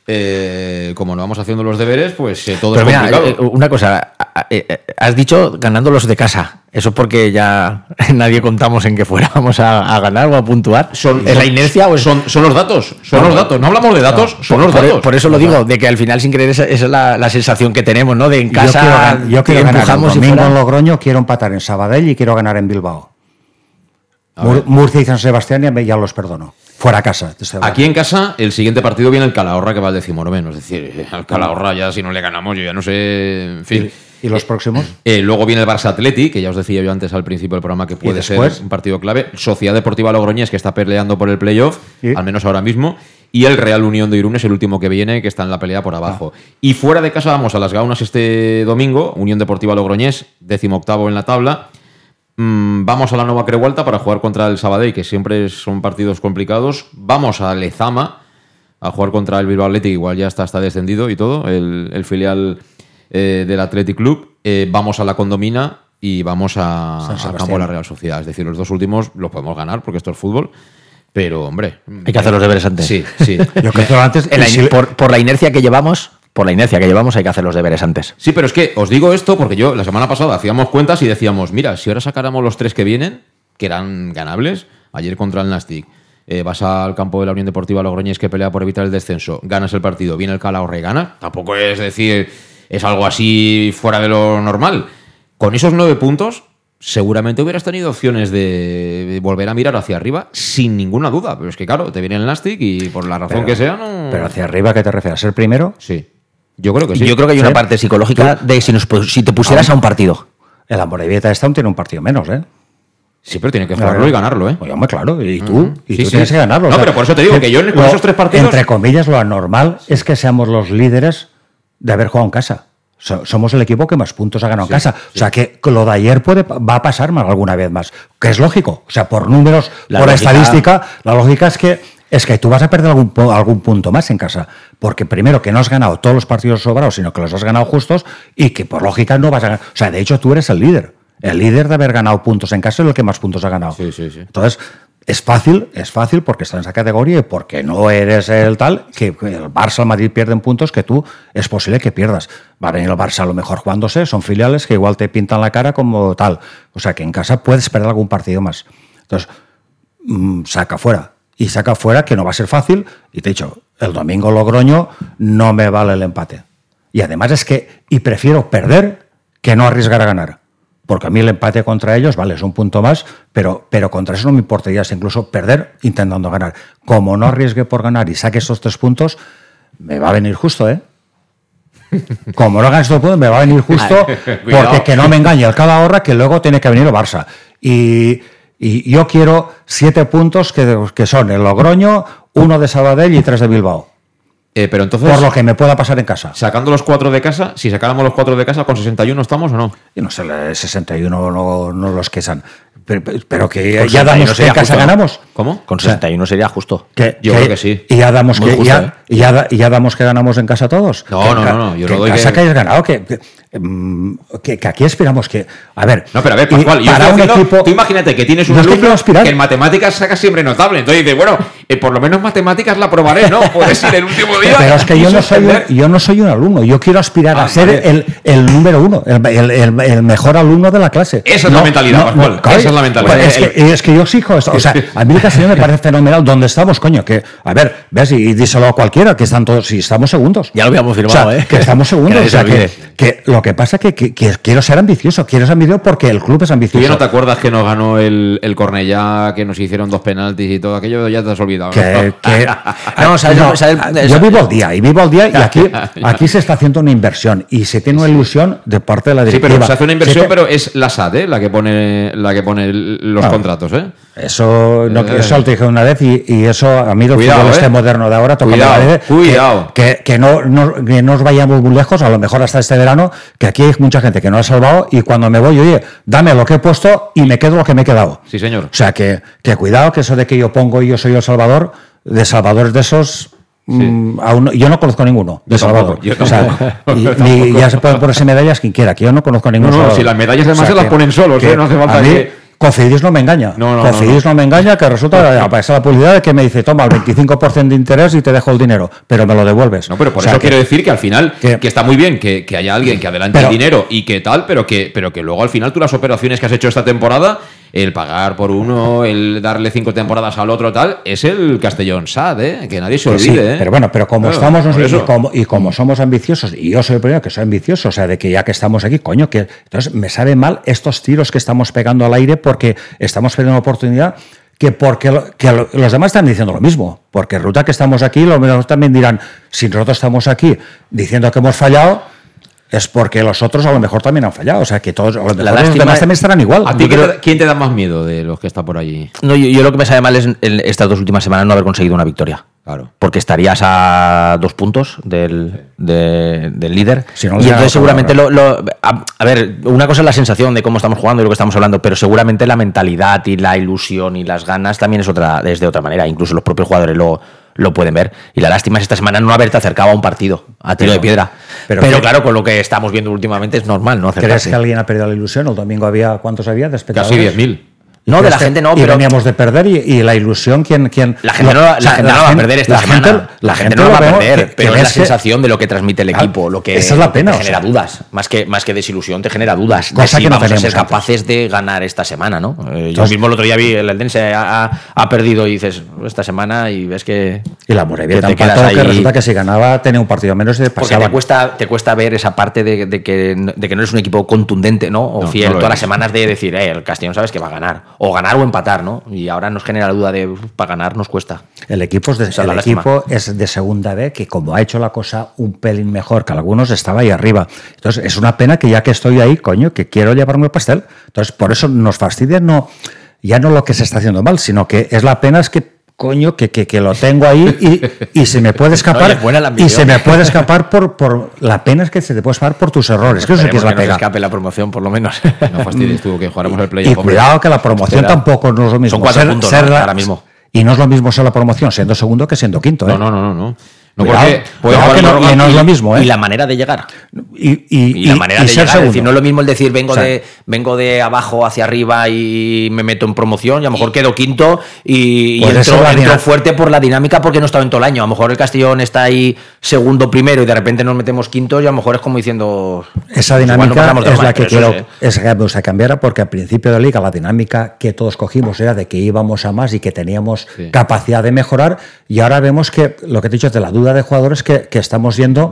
eh, como no vamos haciendo los deberes, pues eh, todo pero es mira, complicado. Eh, una cosa, has dicho ganando los de casa. Eso es porque ya nadie contamos en que fuéramos a, a ganar o a puntuar. Son, ¿Es son, la inercia o es...? Son, son los datos, son no, los datos. No hablamos de datos, no, son los por, datos. Por eso lo digo, de que al final, sin querer, esa, esa es la, la sensación que tenemos, ¿no? De en casa... Yo quiero, yo quiero ganar en domingo fuera... en Logroño, quiero empatar en Sabadell y quiero ganar en Bilbao. Mur, Murcia y San Sebastián ya los perdono. Fuera a casa. Aquí en casa, el siguiente partido viene el Calahorra, que va al decimonoveno. Es decir, al Calahorra ya si no le ganamos, yo ya no sé... En fin... ¿Y los próximos? Eh, luego viene el Barça Atleti, que ya os decía yo antes al principio del programa que puede ser un partido clave. Sociedad Deportiva Logroñés, que está peleando por el playoff, ¿sí? Al menos ahora mismo. Y el Real Unión de Irún es el último que viene, que está en la pelea por abajo. Ah. Y fuera de casa vamos a las Gaunas este domingo. Unión Deportiva Logroñés, décimo octavo en la tabla. Mm, vamos a la Nova Creualta para jugar contra el Sabadell, que siempre son partidos complicados. Vamos a Lezama a jugar contra el Bilbao Athletic, igual ya está, está descendido y todo, el, el filial... Eh, del Athletic Club, eh, vamos a la Condomina y vamos a, a campo de la Real Sociedad. Es decir, los dos últimos los podemos ganar porque esto es fútbol, pero hombre... Hay que hacer los deberes antes. Sí, sí. Yo creo que antes la, si... por, por la inercia que llevamos, por la inercia que llevamos hay que hacer los deberes antes. Sí, pero es que os digo esto porque yo la semana pasada hacíamos cuentas y decíamos, mira, si ahora sacáramos los tres que vienen, que eran ganables, ayer contra el Nastic, Eh, vas al campo de la Unión Deportiva Logroñés que pelea por evitar el descenso, ganas el partido, viene el Calahorra y gana, tampoco es decir... es algo así fuera de lo normal. Con esos nueve puntos, seguramente hubieras tenido opciones de volver a mirar hacia arriba sin ninguna duda. Pero es que, claro, te viene el Nastic y por la razón pero, que sea, no. Pero hacia arriba, ¿a qué te refieres? ¿Ser primero? Sí. Yo creo que sí. Yo creo que hay ¿Sí? una parte psicológica de si, nos, si te pusieras a un partido. El Amorebieta este aún tiene un partido menos, ¿eh? Sí, pero tiene que jugarlo claro. y ganarlo, ¿eh? Oye, hombre, claro, y tú, uh-huh. y sí, tú sí. tienes que ganarlo. No, o sea, pero por eso te digo que yo con lo, esos tres partidos... Entre comillas, lo anormal es que seamos los líderes de haber jugado en casa. So, somos el equipo que más puntos ha ganado sí, en casa. Sí. O sea, que lo de ayer puede, va a pasar mal alguna vez más. Que es lógico. O sea, por números, la por lógica... estadística, la lógica es que es que tú vas a perder algún, algún punto más en casa. Porque primero que no has ganado todos los partidos sobrados, sino que los has ganado justos y que por lógica no vas a ganar. O sea, de hecho, tú eres el líder. El líder de haber ganado puntos en casa es el que más puntos ha ganado. Sí, sí, sí. Entonces, es fácil, es fácil porque estás en esa categoría y porque no eres el tal, que el Barça, el Madrid pierden puntos que tú es posible que pierdas. Va a venir el Barça a lo mejor jugándose, son filiales que igual te pintan la cara como tal. O sea, que en casa puedes perder algún partido más. Entonces, mmm, saca fuera. Y saca fuera que no va a ser fácil. Y te he dicho, el domingo Logroño no me vale el empate. Y además es que, y prefiero perder que no arriesgar a ganar. Porque a mí el empate contra ellos, vale, es un punto más, pero, pero contra eso no me importaría incluso perder intentando ganar. Como no arriesgue por ganar y saque esos tres puntos, me va a venir justo, ¿eh? Como no gane estos puntos, me va a venir justo porque que no me engañe el Calahorra, que luego tiene que venir el Barça. Y, y yo quiero siete puntos que, que son el Logroño, uno de Sabadell y tres de Bilbao. Eh, pero entonces, por lo que me pueda pasar en casa. Sacando los cuatro de casa, si sacáramos los cuatro de casa, ¿con sesenta y uno estamos o no? Yo no sé, sesenta y uno no, no los que sean. Pero, pero que ya damos que en casa justo, ganamos. ¿Cómo? Con sesenta y uno sería justo. Que, yo que, creo que sí. Y ya damos Muy que justo, ya, ¿eh? y ya, y ya damos que ganamos en casa todos. No, que no, en, no, no, yo que lo doy en casa que... que hayas ganado, que, que, que, que aquí esperamos que... A ver... No, pero a ver, Pascual, yo para estoy un haciendo, equipo, tú imagínate que tienes un alumno que, que en matemáticas saca siempre notable. Entonces dices, bueno, eh, por lo menos matemáticas la probaré, ¿no? Puedes ir el último día... Pero es que yo no, soy un, yo no soy un alumno, yo quiero aspirar ah, a ser vale. el, el número uno, el, el, el, el mejor alumno de la clase. Esa es no, la mentalidad, no, Pascual, no, esa es la mentalidad. Pues es, que, es que yo exijo esto, o sea, a mí el Castellón me parece fenomenal. ¿Dónde estamos, coño? Que, a ver, ves, y, y díselo a cualquiera, que están todos, si estamos segundos. Ya lo habíamos firmado, o sea, ¿eh? Que estamos segundos, que o sea, que, que lo que pasa es que, que, que quiero ser ambicioso, quiero ser ambicioso porque el club es ambicioso. ¿Tú ya no te acuerdas que nos ganó el, el Cornellá, que nos hicieron dos penaltis y todo aquello? Ya te has olvidado. Que, que, no, ¿sabes? no, ¿sabes? Yo vivo el día, y vivo el día, y aquí, aquí se está haciendo una inversión, y se tiene una ilusión de parte de la directiva. Sí, pero se hace una inversión, te... pero es la S A D, ¿eh? la que pone, la que pone los no, contratos, ¿eh? Eso, no, eh, eso lo dije una vez, y, y eso a mí, el fútbol este moderno de ahora, toca cuidado, la cuidado. Que, que, que, no, no, que no os vayamos muy lejos, a lo mejor hasta este verano, que aquí hay mucha gente que no ha salvado, y cuando me voy, oye, dame lo que he puesto y me quedo lo que me he quedado. Sí, señor. O sea, que, que cuidado, que eso de que yo pongo y yo soy el salvador, de salvadores de esos... Sí. Mm, aún, yo no conozco ninguno de yo Salvador. Tampoco, o sea, y, ni, ya se pueden ponerse medallas quien quiera, que yo no conozco ninguno. No, no, Salvador. si las medallas además o sea, se las que, ponen solos, que ¿eh? No hace falta a mí, que... Cofidis no me engaña. No, no, Cofidis no, no. no me engaña, que resulta aparece la publicidad de que me dice, toma el veinticinco por ciento de interés y te dejo el dinero, pero me lo devuelves. No, pero por o sea, eso que, quiero decir que al final, que, que está muy bien que, que haya alguien que adelante pero, el dinero y que tal, pero que, pero que luego al final tú las operaciones que has hecho esta temporada, el pagar por uno, el darle cinco temporadas al otro tal, es el Castellón S A D, ¿eh? Que nadie se olvide. Sí, ¿eh? Pero bueno, pero como claro, estamos nosotros y como, y como somos ambiciosos, y yo soy el primero que soy ambicioso, o sea, de que ya que estamos aquí, coño, que entonces me sabe mal estos tiros que estamos pegando al aire porque estamos perdiendo una oportunidad que porque lo, que lo, los demás están diciendo lo mismo, porque ruta que estamos aquí, los demás también dirán, si nosotros estamos aquí diciendo que hemos fallado, es porque los otros a lo mejor también han fallado. O sea, que todos, a lo mejor los demás también estarán igual. ¿A ti creo, te, quién te da más miedo de los que están por allí? No, yo, yo lo que me sabe mal es el, estas dos últimas semanas no haber conseguido una victoria. Claro. Porque estarías a dos puntos del, de, del líder. Si no, y entonces seguramente lo, lo a, a ver, una cosa es la sensación de cómo estamos jugando y lo que estamos hablando, pero seguramente la mentalidad y la ilusión y las ganas también es otra, es de otra manera. Incluso los propios jugadores lo lo pueden ver. Y la lástima es esta semana no haberte acercado a un partido a tiro pero, de piedra. Pero, pero claro, con lo que estamos viendo últimamente es normal no acercarse. ¿Crees que alguien ha perdido la ilusión? El domingo había, ¿cuántos había de espectadores? Casi diez mil. No, de la gente no, y pero... veníamos de perder y, y la ilusión, ¿quién...? quién la gente no, la, o sea, la gente la no va a perder esta la semana. Gente, la, la gente no lo va a perder, que, pero que es la que... sensación de lo que transmite el equipo, lo que, esa es la pena, te genera o sea, dudas. Más que, más que desilusión, te genera dudas. Cosa de si que no vamos a ser antes. capaces de ganar esta semana, ¿no? Eh, yo mismo el otro día vi el Eldense ha, ha, ha perdido y dices, esta semana y ves que... Y la Morevieta Que te empató, quedas que ahí- resulta que si ganaba tenía un partido menos y Porque pasaba. te cuesta, te cuesta ver esa parte de, de que, de que no eres un equipo contundente, ¿no? O No, fiel no lo todas las eres. semanas de decir, eh, el Castellón sabes que va a ganar. O ganar o empatar, ¿no? Y ahora nos genera la duda de, "Uf, para ganar nos cuesta". El equipo, es de, Esa es la el lástima. equipo es de segunda B, que como ha hecho la cosa un pelín mejor que algunos, estaba ahí arriba. Entonces, es una pena que ya que estoy ahí, coño, que quiero llevarme el pastel. Entonces, por eso nos fastidia no, ya no lo que se está haciendo mal, sino que es la pena es que, coño, que, que, que lo tengo ahí y, y se me puede escapar. Oye, buena la y ambición. se me puede escapar por, por... La pena es que se te puede escapar por tus errores, que eso sí que es Esperemos la que no se pega. escape la promoción, por lo menos. No fastidies tú que jugáramos el Y playoff. hombre. cuidado que la promoción Espera. tampoco no es lo mismo. Son cuatro puntos, ¿no? la- Ahora mismo. Y no es lo mismo ser la promoción siendo segundo que siendo quinto. ¿eh? No, no, no, no. no. No, Cuidado, porque puede cuidado jugar que no- prórroga y no es y- lo mismo, ¿eh? Y la manera de llegar. Y, y- Y la manera y de ser llegar, es segundo. decir, no es lo mismo el decir vengo, O sea, de, vengo de abajo hacia arriba y me meto en promoción y a lo mejor quedo quinto y, y Pues eso entro, es la entro dinámica. fuerte por la dinámica porque no he estado en todo el año. A lo mejor el Castellón está ahí segundo primero y de repente nos metemos quinto y a lo mejor es como diciendo... Esa pues igual no dinámica pasamos de es normal, la que pero eso quiero sí, ¿eh? es que se cambiara, porque al principio de liga la dinámica que todos cogimos era de que íbamos a más y que teníamos Sí. capacidad de mejorar, y ahora vemos que lo que te he dicho es de la duda de jugadores que, que estamos yendo.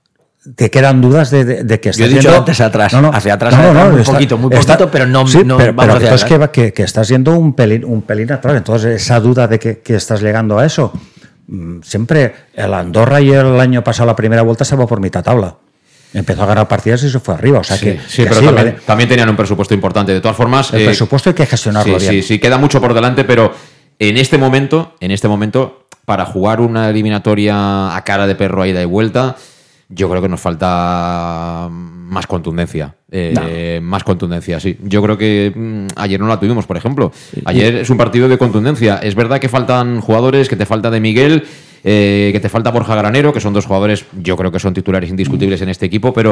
Te quedan dudas de, de, de que estás Yo he dicho yendo antes atrás, hacia atrás, hacia atrás, muy poquito, muy poquito, pero no- sí, no pero, vamos pero hacia entonces que, atrás. va- que, que estás yendo un pelín, un pelín atrás. Entonces, esa duda de que, que estás llegando a eso, mm, siempre el Andorra y el año pasado la primera vuelta se va por mitad tabla. Empezó a ganar partidas y se fue arriba. O sea Sí, que, sí, que pero sí, también, vale. también tenían un presupuesto importante. De todas formas, El eh, presupuesto hay que gestionarlo sí, bien. sí, sí, queda mucho por delante, pero en este momento, en este momento, para jugar una eliminatoria a cara de perro a ida y vuelta, yo creo que nos falta más contundencia. Eh, Más contundencia, sí. Yo creo que mm, ayer no la tuvimos, por ejemplo. Ayer es un partido de contundencia. Es verdad que faltan jugadores, que te falta de Miguel, eh, que te falta Borja Granero, que son dos jugadores, yo creo que son titulares indiscutibles en este equipo, pero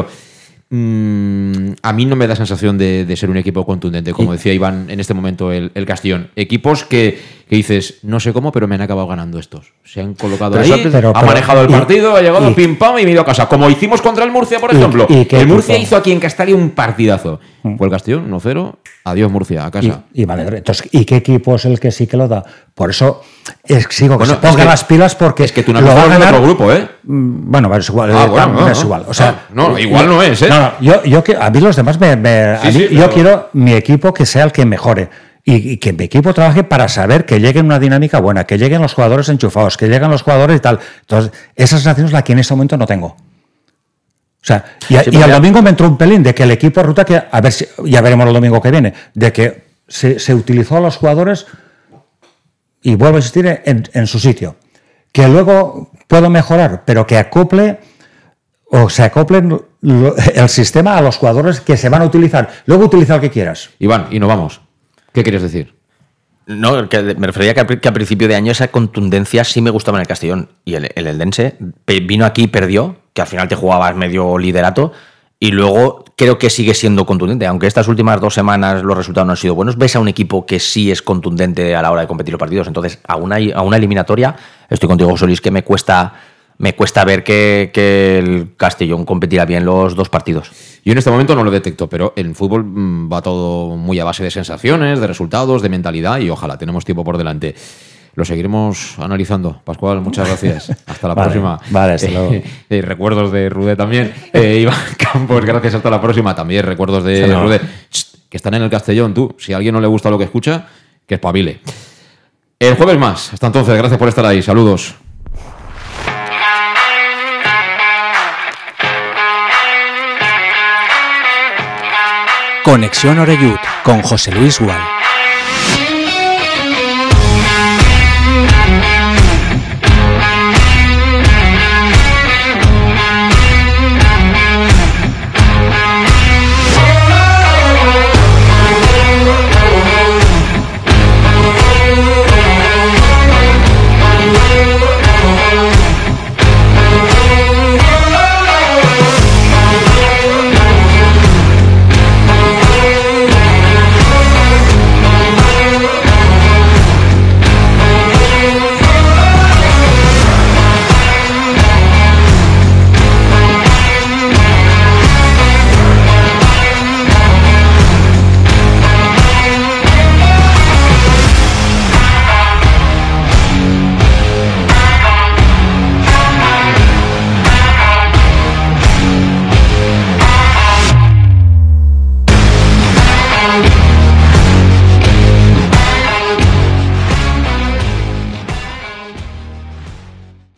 mm, a mí no me da sensación de, de ser un equipo contundente, como decía Iván en este momento el, el Castellón. Equipos que, que dices, no sé cómo, pero me han acabado ganando estos. Se han colocado Pero ahí, eso- pero- ha pero- manejado el y- partido, ha llegado y- pim pam y me he ido a casa. Como hicimos contra el Murcia, por Y- ejemplo. y qué el Murcia equipo. hizo aquí en Castalia un partidazo. Fue el Castellón uno cero. Adiós, Murcia, a casa. Y, y vale, entonces, ¿y qué equipo es el que sí que lo da? Por eso es, sigo que Bueno, se ponga es que- las pilas, porque es que tú no lo has va a jugado en ganar. otro grupo, ¿eh? Mm, Bueno, es igual. Ah, eh, bueno, tam- no, es no. igual. O sea, Ah, no, igual no es, ¿eh? No, no, yo, yo que, a mí los demás me. me- a Sí, mí- sí, yo pero- quiero mi equipo que sea el que mejore. Y, y que mi equipo trabaje para saber que llegue una dinámica buena, que lleguen los jugadores enchufados, que lleguen los jugadores y tal. Entonces, esa sensación es la que en este momento no tengo. O sea, y, Sí, y porque- al domingo me entró un pelín de que el equipo ruta, que a ver si, ya veremos el domingo que viene, de que se, se utilizó a los jugadores, y vuelvo a insistir, en, en su sitio. Que luego puedo mejorar, pero que acople o se acoplen lo- el sistema a los jugadores que se van a utilizar. Luego utiliza el que quieras. Iván, y no vamos. ¿Qué quieres decir? No, que me refería que, al- que a principio de año esa contundencia sí me gustaba en el Castellón. Y el, el Eldense pe- vino aquí y perdió, que al final te jugabas medio liderato, y luego creo que sigue siendo contundente. Aunque estas últimas dos semanas los resultados no han sido buenos, ves a un equipo que sí es contundente a la hora de competir los partidos. Entonces, a una, a una eliminatoria, estoy contigo, Solís, que me cuesta, me cuesta ver que, que el Castellón competirá bien los dos partidos. Yo en este momento no lo detecto, pero en fútbol mm, va todo muy a base de sensaciones, de resultados, de mentalidad y ojalá, tenemos tiempo por delante. Lo seguiremos analizando. Pascual, muchas gracias. Hasta la Vale, próxima. vale, hasta luego. Eh, eh, recuerdos de Rudé también. Eh, Iván Campos, gracias. Hasta la próxima. También recuerdos de Hasta luego. Rudé. Ch, que están en el Castellón, tú. Si a alguien no le gusta lo que escucha, que espabile. El jueves más. Hasta entonces, gracias por estar ahí. Saludos. Conexión Oreyud con José Luis Gual.